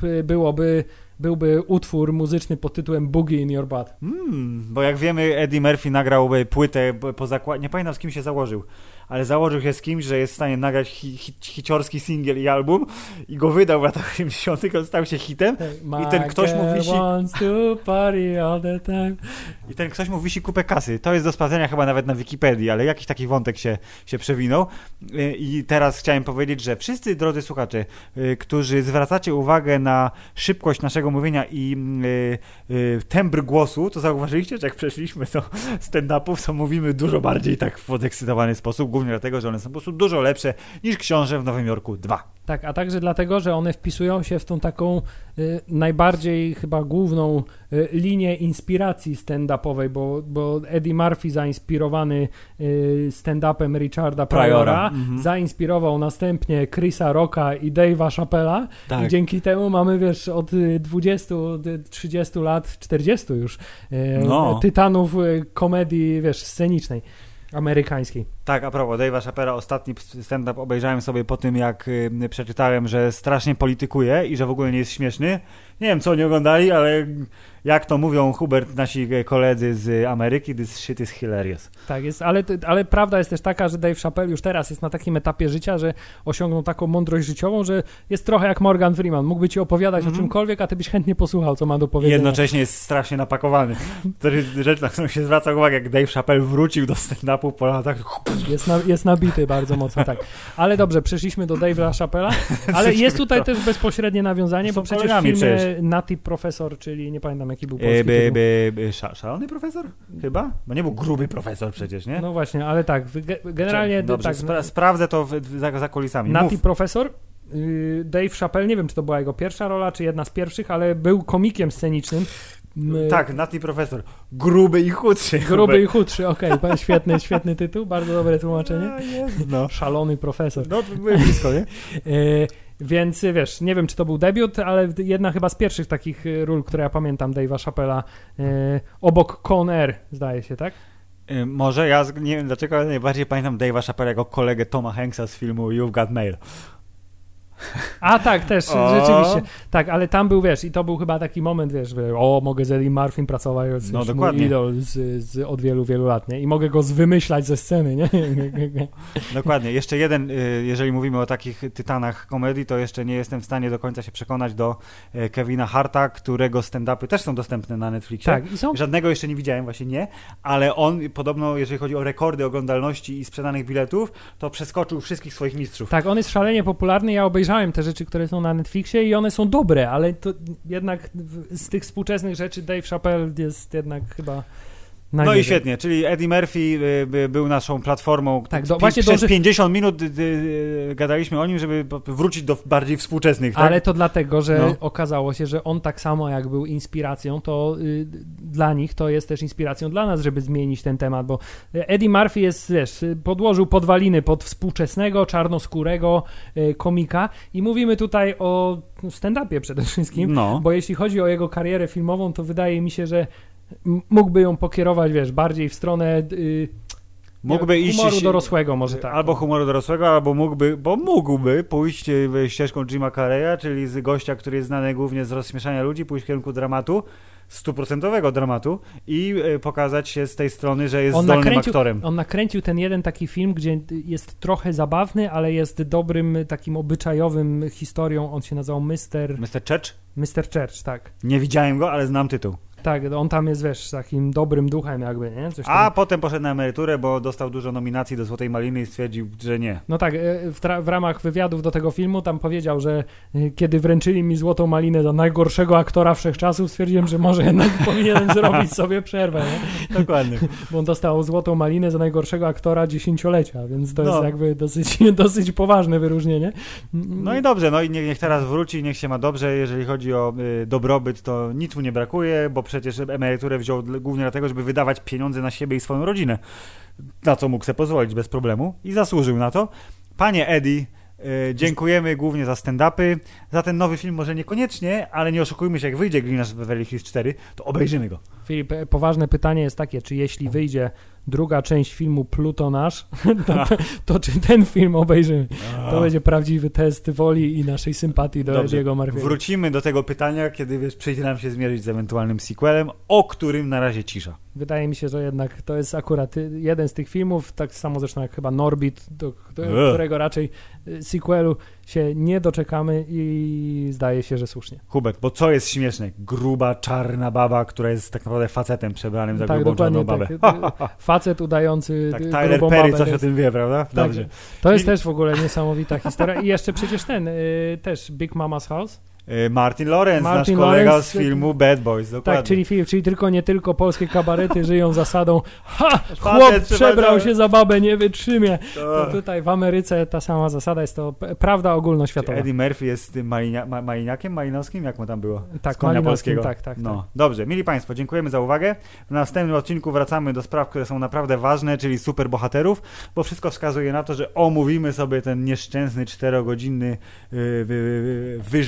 byłby utwór muzyczny pod tytułem Boogie in Your Butt. Bo jak wiemy, Eddie Murphy nagrał płytę po zakładzie, nie pamiętam z kim się założył, ale założył się z kimś, że jest w stanie nagrać hiciorski singiel i album i go wydał w latach 80. on stał się hitem i ten ktoś mu wisi... I ten ktoś mu wisi kupę kasy. To jest do sprawdzenia chyba nawet na Wikipedii, ale jakiś taki wątek się przewinął. I teraz chciałem powiedzieć, że wszyscy, drodzy słuchacze, którzy zwracacie uwagę na szybkość naszego mówienia i tembr głosu, to zauważyliście, że jak przeszliśmy do stand-upów, to mówimy dużo bardziej tak w podekscytowany sposób, głównie dlatego, że one są po prostu dużo lepsze niż Książę w Nowym Jorku 2. Tak, a także dlatego, że one wpisują się w tą taką najbardziej chyba główną linię inspiracji stand-upowej, bo Eddie Murphy zainspirowany stand-upem Richarda Pryora zainspirował następnie Chrisa Rocka i Dave'a Chappella i dzięki temu mamy, wiesz, od 20, 30 lat, 40 już tytanów komedii, wiesz, scenicznej, amerykańskiej. Tak, a propos Dave'a Chappella, ostatni stand-up obejrzałem sobie po tym, jak przeczytałem, że strasznie politykuje i że w ogóle nie jest śmieszny. Nie wiem, co oni oglądali, ale jak to mówią Hubert, nasi koledzy z Ameryki, this shit is hilarious. Tak jest, ale prawda jest też taka, że Dave Chappelle już teraz jest na takim etapie życia, że osiągnął taką mądrość życiową, że jest trochę jak Morgan Freeman. Mógłby ci opowiadać o czymkolwiek, a ty byś chętnie posłuchał, co ma do powiedzenia. Jednocześnie jest strasznie napakowany. To jest rzecz, na którą się zwraca uwagę, jak Dave Chappelle wrócił do stand-upu po latach. Jest nabity bardzo mocno, tak. Ale dobrze, przeszliśmy do Dave'a Chappella, ale jest tutaj też bezpośrednie nawiązanie, bo przecież w filmie Nutty Professor, czyli nie pamiętam jaki był polski tytuł. Szalony profesor? Chyba? Bo nie był gruby profesor przecież, nie? No właśnie, ale tak, generalnie... Dobrze, tak, sprawdzę to za kulisami. Nutty Professor, Dave Chappelle, nie wiem, czy to była jego pierwsza rola, czy jedna z pierwszych, ale był komikiem scenicznym. Tak, Nutty Profesor. Gruby i chudszy. Gruby i chudszy, okej. Świetny tytuł, bardzo dobre tłumaczenie. No. Szalony profesor. No, to byłem blisko, nie? Więc wiesz, nie wiem, czy to był debiut, ale jedna chyba z pierwszych takich ról, które ja pamiętam Dave'a Chappella, obok Con Air, zdaje się, tak? Może, ja nie wiem dlaczego, ale najbardziej pamiętam Dave'a Chappella jako kolegę Toma Hanksa z filmu You've Got Mail. A tak, też, rzeczywiście. Tak, ale tam był, wiesz, i to był chyba taki moment, wiesz, mogę z Eddie Murphym pracować, no, dokładnie. Mój idol od wielu, wielu lat, nie? I mogę go zwymyślać ze sceny, nie? Dokładnie. Jeszcze jeden, jeżeli mówimy o takich tytanach komedii, to jeszcze nie jestem w stanie do końca się przekonać do Kevina Harta, którego stand-upy też są dostępne na Netflixie. Tak, i są... Żadnego jeszcze nie widziałem, właśnie nie, ale on podobno, jeżeli chodzi o rekordy oglądalności i sprzedanych biletów, to przeskoczył wszystkich swoich mistrzów. Tak, on jest szalenie popularny, ja obejrzałem te rzeczy, które są na Netflixie i one są dobre, ale to jednak z tych współczesnych rzeczy Dave Chappelle jest jednak chyba najwyżej. No i świetnie, czyli Eddie Murphy był naszą platformą. Tak, przez 50 minut gadaliśmy o nim, żeby wrócić do bardziej współczesnych. Tak? Ale to dlatego, że okazało się, że on tak samo jak był inspiracją, to dla nich to jest też inspiracją dla nas, żeby zmienić ten temat, bo Eddie Murphy jest, wiesz, podłożył podwaliny pod współczesnego, czarnoskórego komika i mówimy tutaj o stand-upie przede wszystkim, bo jeśli chodzi o jego karierę filmową, to wydaje mi się, że mógłby ją pokierować, wiesz, bardziej w stronę humoru dorosłego może tak. Albo humoru dorosłego, albo mógłby pójść ścieżką Jima Carreya, czyli z gościa, który jest znany głównie z rozśmieszania ludzi, pójść w kierunku dramatu, 100% dramatu i pokazać się z tej strony, że jest zdolnym aktorem. On nakręcił ten jeden taki film, gdzie jest trochę zabawny, ale jest dobrym, takim obyczajowym historią. On się nazywał Mr. Church? Mr. Church, tak. Nie widziałem go, ale znam tytuł. Tak, on tam jest, wiesz, takim dobrym duchem jakby, nie? Potem poszedł na emeryturę, bo dostał dużo nominacji do Złotej Maliny i stwierdził, że nie. No tak, w ramach wywiadów do tego filmu tam powiedział, że kiedy wręczyli mi Złotą Malinę za najgorszego aktora wszechczasów, stwierdziłem, że może jednak powinienem zrobić sobie przerwę, nie? Dokładnie. Bo on dostał Złotą Malinę za najgorszego aktora dziesięciolecia, więc to jest jakby dosyć poważne wyróżnienie. No i dobrze, no i niech teraz wróci, niech się ma dobrze, jeżeli chodzi o dobrobyt, to nic mu nie brakuje, bo przecież emeryturę wziął głównie dlatego, żeby wydawać pieniądze na siebie i swoją rodzinę, na co mógł sobie pozwolić bez problemu i zasłużył na to. Panie Eddie, dziękujemy głównie za stand-upy, za ten nowy film może niekoniecznie, ale nie oszukujmy się, jak wyjdzie Gliniarz z Beverly Hills 4, to obejrzymy go. Filip, poważne pytanie jest takie, czy jeśli wyjdzie druga część filmu Plutonasz, to czy ten film obejrzymy? To będzie prawdziwy test woli i naszej sympatii do Eddiego Murphy'ego. Wrócimy do tego pytania, kiedy przyjdzie nam się zmierzyć z ewentualnym sequelem, o którym na razie cisza. Wydaje mi się, że jednak to jest akurat jeden z tych filmów, tak samo zresztą jak chyba Norbit, do którego raczej sequelu się nie doczekamy i zdaje się, że słusznie. Hubert, bo co jest śmieszne? Gruba, czarna baba, która jest tak naprawdę facetem przebranym za grubą, czarną babę. Tak, facet udający Tyler Perry coś o tym wie, prawda? Dobrze. Tak, to jest też w ogóle niesamowita historia. I jeszcze przecież też Big Mama's House. Martin Lawrence, nasz kolega z filmu Bad Boys, dokładnie. Tak, czyli nie tylko polskie kabarety żyją zasadą chłop przebrał się za babę, nie wytrzymie. To tutaj w Ameryce ta sama zasada, jest to prawda ogólnoświatowa. Eddie Murphy jest maliniakiem, malinowskim? Jak mu tam było? Tak, malinowskim, tak. No, dobrze, mili Państwo, dziękujemy za uwagę. W następnym odcinku wracamy do spraw, które są naprawdę ważne, czyli superbohaterów, bo wszystko wskazuje na to, że omówimy sobie ten nieszczęsny 4-godzinny wyżyk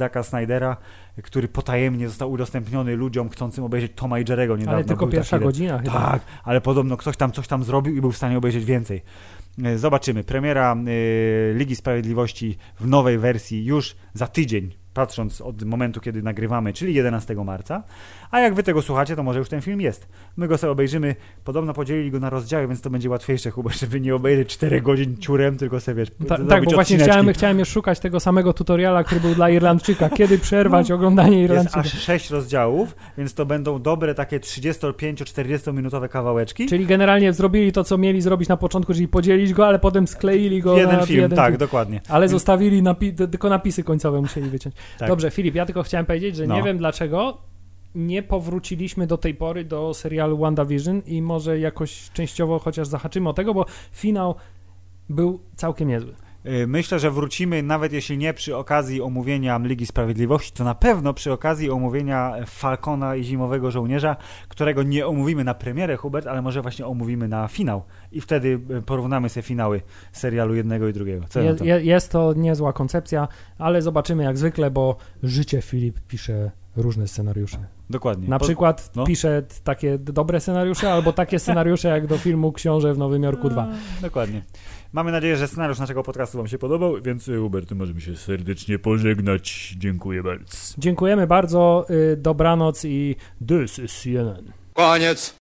Zacka Snydera, który potajemnie został udostępniony ludziom chcącym obejrzeć Toma i Jerry'ego niedawno. Ale tylko pierwsza godzina chyba. Tak, ale podobno ktoś tam coś tam zrobił i był w stanie obejrzeć więcej. Zobaczymy. Premiera Ligi Sprawiedliwości w nowej wersji już za tydzień, patrząc od momentu, kiedy nagrywamy, czyli 11 marca. A jak wy tego słuchacie, to może już ten film jest. My go sobie obejrzymy. Podobno podzielili go na rozdziały, więc to będzie łatwiejsze, chyba, żeby nie obejrzeć 4 godzin ciurem, tylko sobie, wiesz, tak, bo właśnie chciałem już szukać tego samego tutoriala, który był dla Irlandczyka. Kiedy przerwać oglądanie Irlandczyka. Jest aż 6 rozdziałów, więc to będą dobre takie 35-40 minutowe kawałeczki. Czyli generalnie zrobili to, co mieli zrobić na początku, czyli podzielić go, ale potem skleili go w jeden na film. jeden Tak, film. dokładnie. Ale zostawili tylko napisy końcowe musieli wyciąć. Tak. Dobrze, Filip, ja tylko chciałem powiedzieć, że nie wiem dlaczego nie powróciliśmy do tej pory do serialu WandaVision i może jakoś częściowo chociaż zahaczymy o tego, bo finał był całkiem niezły. Myślę, że wrócimy, nawet jeśli nie przy okazji omówienia Ligi Sprawiedliwości, to na pewno przy okazji omówienia Falcona i Zimowego Żołnierza, którego nie omówimy na premierę, Hubert, ale może właśnie omówimy na finał i wtedy porównamy sobie finały serialu jednego i drugiego. Jest to niezła koncepcja, ale zobaczymy jak zwykle, bo życie Filip pisze różne scenariusze. Dokładnie. Na przykład pisze takie dobre scenariusze, albo takie scenariusze jak do filmu Książę w Nowym Jorku 2. Dokładnie. Mamy nadzieję, że scenariusz naszego podcastu wam się podobał, więc Hubert, możemy się serdecznie pożegnać. Dziękuję bardzo. Dziękujemy bardzo, dobranoc i this is CNN. Koniec.